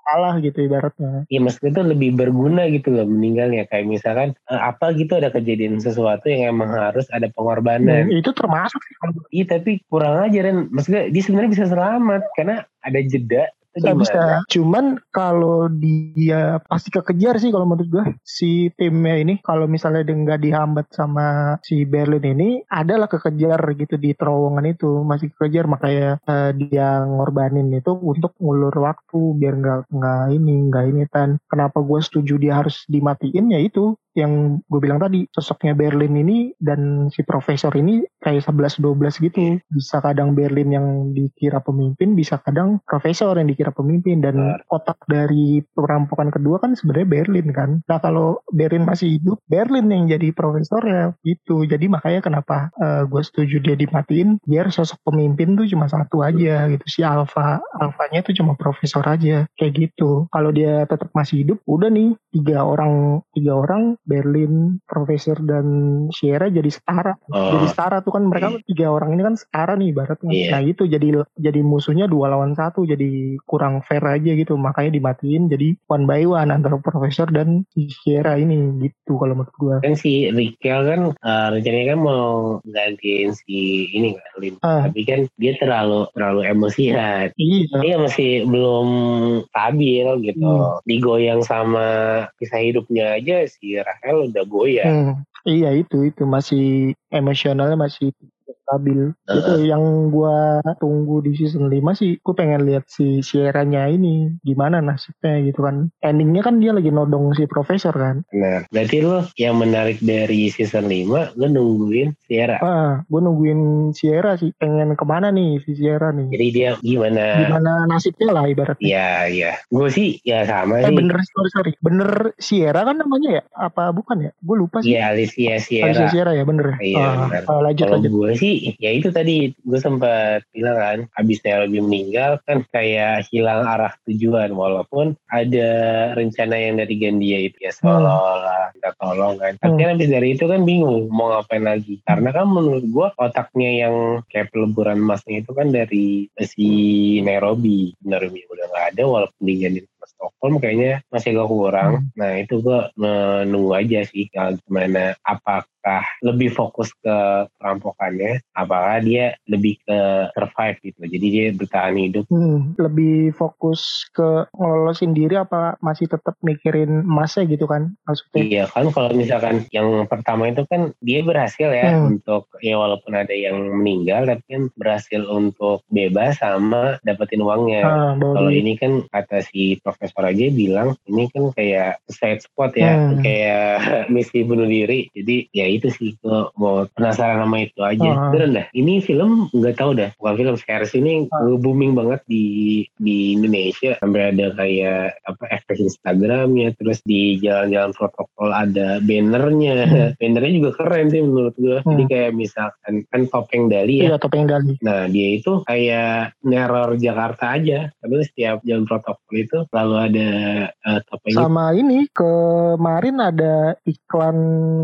salah gitu ibaratnya. Iya maksudnya itu lebih berguna gitu loh meninggalnya. Kayak misalkan uh, apa gitu ada kejadian sesuatu yang emang harus ada pengorbanan. Hmm, itu termasuk sih. Iya tapi kurang aja kan. Maksudnya dia sebenarnya bisa selamat karena ada jeda. Bisa, bisa. Cuman kalau dia pasti kekejar sih kalau menurut gue si timnya ini, kalau misalnya dia nggak dihambat sama si Berlin ini, adalah kekejar gitu di terowongan itu, masih kekejar, makanya uh, dia ngorbanin itu untuk ngulur waktu biar nggak nggak ini nggak ini kan. Kenapa gue setuju dia harus dimatiin ya itu yang gue bilang tadi, sosoknya Berlin ini dan si profesor ini kayak sebelas dua belas gitu. Bisa kadang Berlin yang dikira pemimpin, bisa kadang profesor yang dikira pemimpin, dan otak dari perampokan kedua kan sebenarnya Berlin kan. Nah kalau Berlin masih hidup, Berlin yang jadi profesor ya gitu. Jadi makanya kenapa uh, gue setuju dia dimatiin, biar sosok pemimpin tuh cuma satu aja gitu. Si Alpha, Alphanya tuh cuma profesor aja kayak gitu. Kalau dia tetap masih hidup, udah nih tiga orang tiga orang Berlin, Profesor, dan Sierra jadi setara. Oh. Jadi setara tuh kan mereka yeah. tiga orang ini kan setara nih ibaratnya. Yeah. Nah itu jadi jadi musuhnya dua lawan satu, jadi kurang fair aja gitu. Makanya dimatiin jadi one by one antara Profesor dan si Sierra ini gitu kalau menurut gue. Kan si Rikel kan uh, rencananya kan mau gantiin si ini kan Lin. Uh. Tapi kan dia terlalu terlalu emosian. Iya. Dia masih belum stabil gitu. Hmm. Digoyang sama kisah hidupnya aja si Rahel udah goyah. Hmm, iya itu itu masih emosionalnya masih stabil. Uh-huh. Itu yang gua tunggu di season lima sih. Gue pengen lihat si Sierra-nya ini gimana nasibnya gitu kan. Endingnya kan dia lagi nodong si profesor kan. Nah, berarti lo yang menarik dari season lima lo nungguin Sierra. Ah, gue nungguin Sierra sih. Pengen kemana nih si Sierra nih. Jadi dia gimana? Gimana nasibnya lah ibaratnya. Iya, iya. Gue sih ya sama eh, sih. Bener, sorry, sorry. Bener Sierra kan namanya ya? Apa bukan ya? Gue lupa sih. Iya, Alicia Sierra. Alicia Sierra ya, bener. Iya, ah, bener. Ah, lanjut, Kalau lanjut. gue sih ya itu tadi gue sempat bilang kan abisnya lebih meninggal kan kayak hilang arah tujuan walaupun ada rencana yang dari Gandia itu ya seolah-olah kita tolong kan tapi hmm. kan abis dari itu kan bingung mau ngapain lagi karena kan menurut gue otaknya yang kayak peleburan emasnya itu kan dari si Nairobi Nairobi udah gak ada walaupun diganti Stockholm kayaknya masih agak kurang. Hmm. Nah itu gue menunggu aja sih gimana apakah lebih fokus ke perampokannya, apakah dia lebih ke survive gitu. Jadi dia bertahan hidup. Hmm, lebih fokus ke ngelolosin diri apa masih tetap mikirin emasnya gitu kan maksudnya? Iya kan kalau misalkan yang pertama itu kan dia berhasil ya hmm. untuk ya walaupun ada yang meninggal tapi kan berhasil untuk bebas sama dapetin uangnya. Ah, kalau ini kan kata si profesor aja bilang ini kan kayak side spot ya hmm. kayak misi bunuh diri jadi ya itu sih gue mau penasaran sama itu aja. Uh-huh. Bener dah ini film nggak tahu dah bukan film series ini uh-huh. booming banget di di Indonesia sampai ada kayak apa efek Instagramnya terus di jalan-jalan protokol ada bannernya hmm. bannernya juga keren sih menurut gue hmm. jadi kayak misalkan kan Topeng Dali ya iya Topeng Dali nah dia itu kayak neror Jakarta aja tapi setiap jalan protokol itu selalu ada uh, topeng sama itu. Ini kemarin ada iklan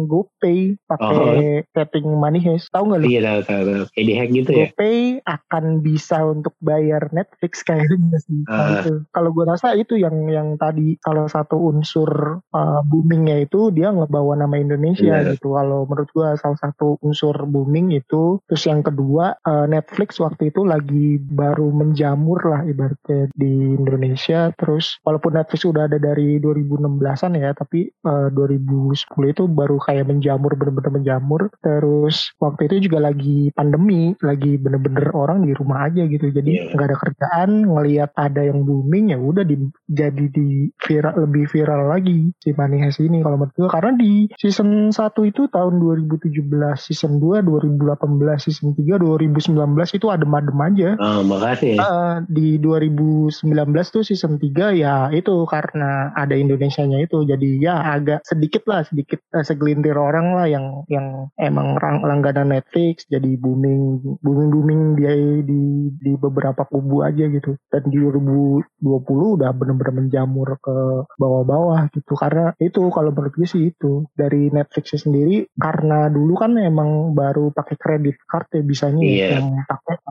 GoPay pakai setting oh. Money Heist tahu nggak lu? Iya tahu tahu tahu kayak di hack gitu GoPay ya. GoPay akan bisa untuk bayar Netflix kayaknya sih. Uh. Nah, itu kalau gue rasa itu yang yang tadi salah satu unsur uh, boomingnya itu dia ngebawa nama Indonesia yeah. gitu. Kalau menurut gue salah satu unsur booming itu. Terus yang kedua uh, Netflix waktu itu lagi baru menjamur lah ibaratnya di Indonesia. Terus walaupun Netflix udah ada dari dua ribu enam belasan ya, tapi uh, dua ribu sepuluh itu baru kayak menjamur, bener-bener menjamur. Terus waktu itu juga lagi pandemi, lagi bener-bener orang di rumah aja gitu. Jadi nggak yeah. ada kerjaan, ngelihat ada yang booming ya udah di, jadi di viral, lebih viral lagi si Money Heist ini kalau menurut gue. Karena di season satu itu tahun dua ribu tujuh belas, season dua dua ribu delapan belas, season tiga dua ribu sembilan belas itu adem-adem aja. Oh, makasih. Uh, di dua ribu sembilan belas tuh season tiga ya itu karena ada Indonesianya itu jadi ya agak sedikit lah sedikit eh, segelintir orang lah yang yang emang langganan Netflix jadi booming booming booming dia di di beberapa kubu aja gitu dan di dua ribu dua puluh udah bener-bener menjamur ke bawah-bawah gitu karena itu kalau menurut gue sih itu dari Netflixnya sendiri karena dulu kan emang baru pakai credit card ya bisanya yeah. yang pakai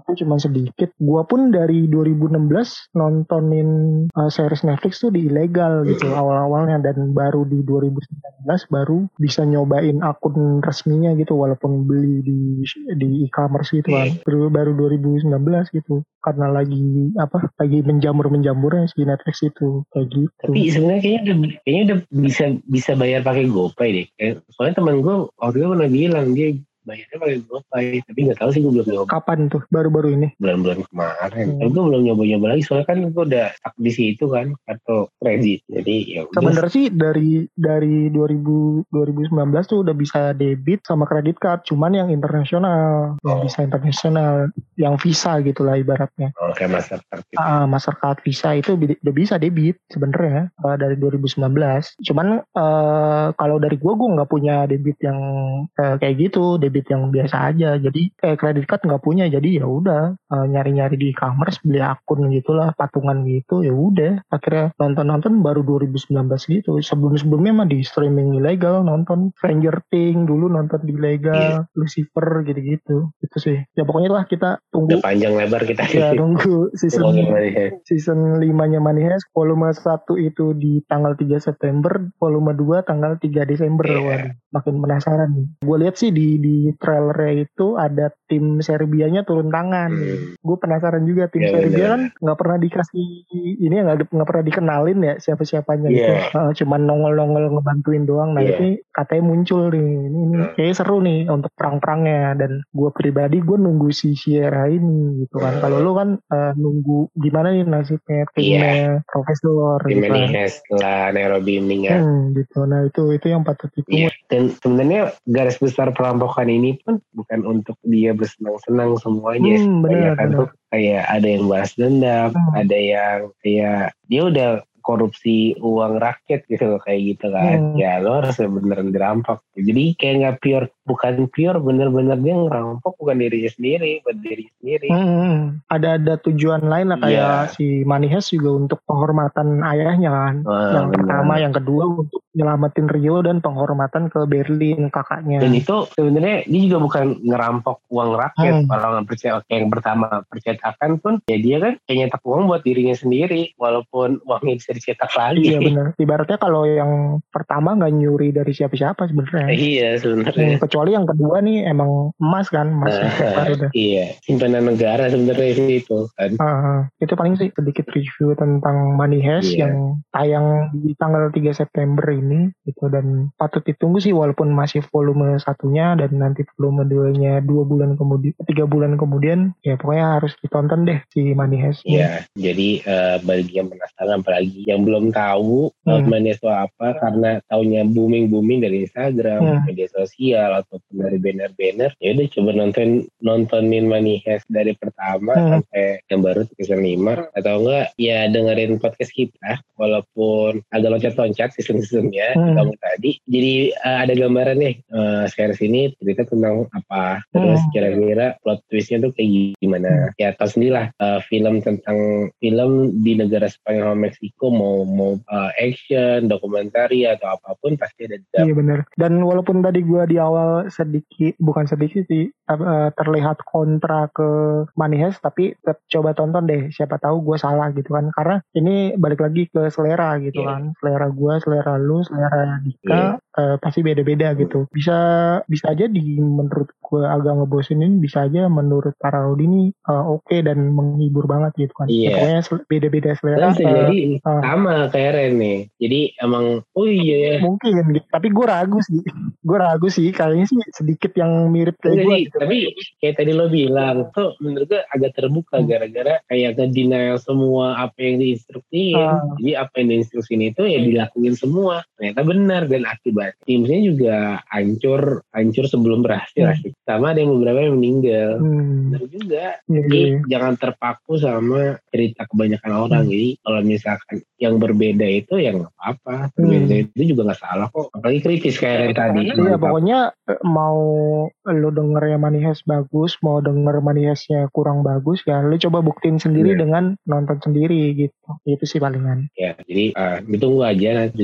Tapi cuma sedikit. Gua pun dari dua ribu enam belas nontonin uh, series Netflix tuh di ilegal gitu awal-awalnya, dan baru di dua ribu sembilan belas baru bisa nyobain akun resminya gitu, walaupun beli di di e-commerce gitu kan. Baru, baru dua ribu sembilan belas gitu. Karena lagi apa? Lagi menjamur-menjamurnya si Netflix itu kayak gitu. Tapi sebenarnya kayaknya udah, kayaknya udah bisa bisa bayar pakai GoPay deh. Soalnya teman gue waktu itu pernah bilang dia bayarnya pakai GoPay, tapi nggak tahu sih, gue belum nyoba. Kapan tuh? Baru-baru ini? Bulan-bulan kemarin. Hmm. Tapi gue belum nyoba-nyoba lagi, soalnya kan gue udah stuck di situ kan, kartu kredit. Jadi ya sebenarnya sih dari dari dua ribu sembilan belas tuh udah bisa debit sama kredit card, cuman yang internasional, oh. yang bisa internasional, yang Visa gitulah ibaratnya. Oh, kayak Mastercard. Gitu. Uh, Mastercard Visa itu udah bisa debit sebenarnya uh, dari dua ribu sembilan belas. Cuman uh, kalau dari gue gue nggak punya debit yang uh, kayak gitu, debit yang biasa aja. Jadi kayak kredit card nggak punya. Jadi ya udah uh, nyari-nyari di e-commerce, beli akun gitulah, patungan gitu. Ya udah akhirnya nonton-nonton baru dua ribu sembilan belas gitu. Sebelum-sebelumnya mah di streaming ilegal, nonton Stranger Things dulu, nonton di ilegal, yeah. Lucifer gitu-gitu. Itu sih. Ya pokoknya lah kita tunggu. Udah panjang lebar kita. Ya tunggu season season lima-nya Money Heist. Volume satu itu di tanggal tiga September, volume dua tanggal tiga Desember. Yeah. Waduh, makin penasaran nih. Gue lihat sih di di trailernya itu ada tim Serbianya turun tangan. Hmm. Gue penasaran juga, tim yeah, Serbia bener. Kan nggak pernah dikasih ini, nggak nggak pernah dikenalin ya siapa-siapanya yeah. gitu. Uh, cuman nongol-nongol ngebantuin doang. Nah yeah. ini katanya muncul nih. Ini, ini yeah. kayaknya seru nih untuk perang-perangnya. Dan gue pribadi gue nunggu si Sierra ini gitu kan. Yeah. Kalau lu kan uh, nunggu gimana nih nasibnya timnya yeah. Profesor. Tim Money Heist setelah Nairobi meninggal. Hmm, gitu. Nah itu itu yang patut ditunggu. Yeah. Dan sebenarnya garis besar perampokan ini pun bukan untuk dia bersenang-senang semuanya. Hmm, benar, kan tuh kayak ada yang balas dendam, hmm. ada yang kayak dia udah korupsi uang rakyat gitu kayak gitu kan. Hmm. Ya lo harus beneran dirampok. Jadi kayak nggak pure, bukan pure bener-bener dia ngerampok bukan dirinya sendiri, buat diri sendiri. Hmm. Ada ada tujuan lain lah kayak yeah. si Money Heist juga untuk penghormatan ayahnya kan. Oh, yang bener. Pertama, yang kedua untuk nyelamatin Rio dan penghormatan ke Berlin kakaknya. Dan itu sebenarnya dia juga bukan ngerampok uang rakyat. Hmm. Kalau nggak percaya, kayak yang pertama percetakan pun ya dia kan kayak nyetak uang buat dirinya sendiri walaupun uangnya bisa dicetak lagi. Iya benar. Ibaratnya kalau yang pertama nggak nyuri dari siapa-siapa sebenarnya. Iya sebenarnya. Hmm, kecuali yang kedua nih emang emas kan, emas. Uh, iya, simpanan negara sebenarnya sih itu kan. Uh, itu paling sih sedikit review tentang Money Heist yeah. yang tayang di tanggal tiga September ini gitu, dan patut ditunggu sih walaupun masih volume satunya dan nanti volume dua-nya dua bulan kemudian, tiga bulan kemudian, ya pokoknya harus ditonton deh si Money Heist. Iya, yeah, jadi uh, bagi yang penasaran apalagi yang belum tahu hmm. Money Heist itu apa, karena taunya booming-booming dari Instagram, hmm. media sosial ataupun dari banner-banner, ya udah coba nonton nontonin Money Heist dari pertama hmm. sampai yang baru season lima, atau enggak ya dengerin podcast kita walaupun agak loncat-loncat season-seasonnya hmm. kamu tadi. Jadi uh, ada gambaran nih uh, series ini cerita tentang apa, terus hmm. kira-kira plot twistnya tuh kayak gimana. Hmm. Ya tahu sendiri lah, uh, film tentang film di negara Spanyol Meksiko, mau mau uh, action, dokumentari atau apapun pasti ada. Iya benar. Dan walaupun tadi gue di awal sedikit, bukan sedikit sih, uh, terlihat kontra ke Money Heist, tapi tetap coba tonton deh, siapa tahu gue salah gitu kan, karena ini balik lagi ke selera gitu yeah. kan, selera gue, selera lu, selera Dika yeah. uh, pasti beda-beda gitu. Bisa bisa aja di menurut gue agak ngebosenin, bisa aja menurut para Rodi ini uh, oke okay dan menghibur banget gitu kan. Yeah. Ya, pokoknya beda-beda selera. Bisa uh, jadi uh, sama kayak Ren nih. Jadi emang oh iya ya. Mungkin gitu. Tapi gue ragu sih. Gue ragu sih kayaknya sih sedikit yang mirip kayak gue gitu. Tapi kayak tadi lo bilang tuh menurut gue agak terbuka hmm. gara-gara kayak ke denial semua apa yang diinstruksiin. Uh. Jadi apa yang diinstruksiin itu ya dilakuin semua. Ternyata benar, dan akibat timnya juga hancur hancur sebelum berhasil. Hmm. Sama ada yang beberapa yang meninggal. Hmm. Benar juga. Yeah. Jadi jangan terpaku sama cerita kebanyakan orang. Hmm. Jadi kalau misalkan yang berbeda itu ya nggak apa-apa. Berbeda hmm. itu juga nggak salah kok. Apalagi kritis kayak tadi. Iya pokoknya mau lo denger ya Money Heist bagus, mau denger Money Heist-nya kurang bagus, ya lo coba buktiin sendiri yeah. dengan nonton sendiri gitu. Itu sih palingan. Ya jadi uh, ditunggu aja nantinya.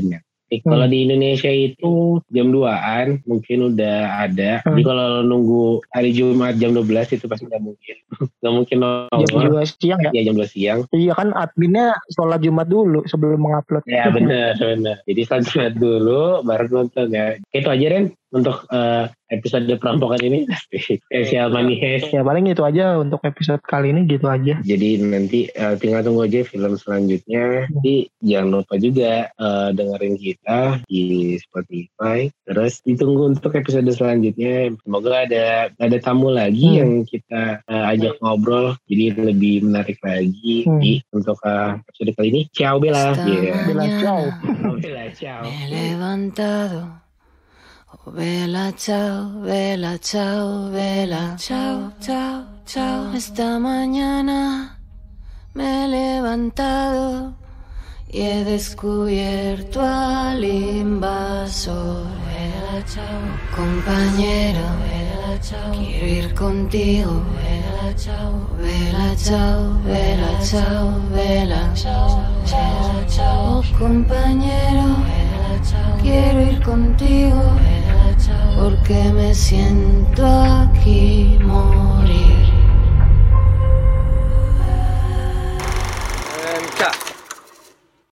Hmm. Kalau di Indonesia itu jam duaan mungkin udah ada. Hmm. Jadi kalau nunggu hari Jumat jam dua belas itu pasti nggak mungkin. Nggak mungkin nongol. Jam dua siang ya? Iya jam dua siang. Iya kan adminnya sholat Jumat dulu sebelum mengupload. Ya benar benar. Jadi sholat Jumat dulu baru nonton ya. Itu aja Ren untuk uh, episode perampokan ini. Spesial Money Heist. Ya paling itu aja untuk episode kali ini gitu aja. Jadi nanti uh, tinggal tunggu aja film selanjutnya. Hmm. Jadi jangan lupa juga uh, dengerin kita di Spotify. Terus ditunggu untuk episode selanjutnya. Semoga ada ada tamu lagi hmm. yang kita uh, ajak ngobrol. Jadi lebih menarik lagi. Hmm. Jadi untuk uh, episode kali ini. Ciao Bella. Yeah. Bella ciao. Bella ciao. Me he levantado. Oh, Bella, chao, Bella, chao, Bella, chao, chao, chao. Esta mañana me he levantado y he descubierto al invasor. Bella, chao, compañero, Bella, chao, quiero ir contigo. Bella, chao, Bella, chao, Bella, chao, Bella, chao, chao, chao, compañero, Bella, chao, quiero ir contigo. Porque me siento aquí.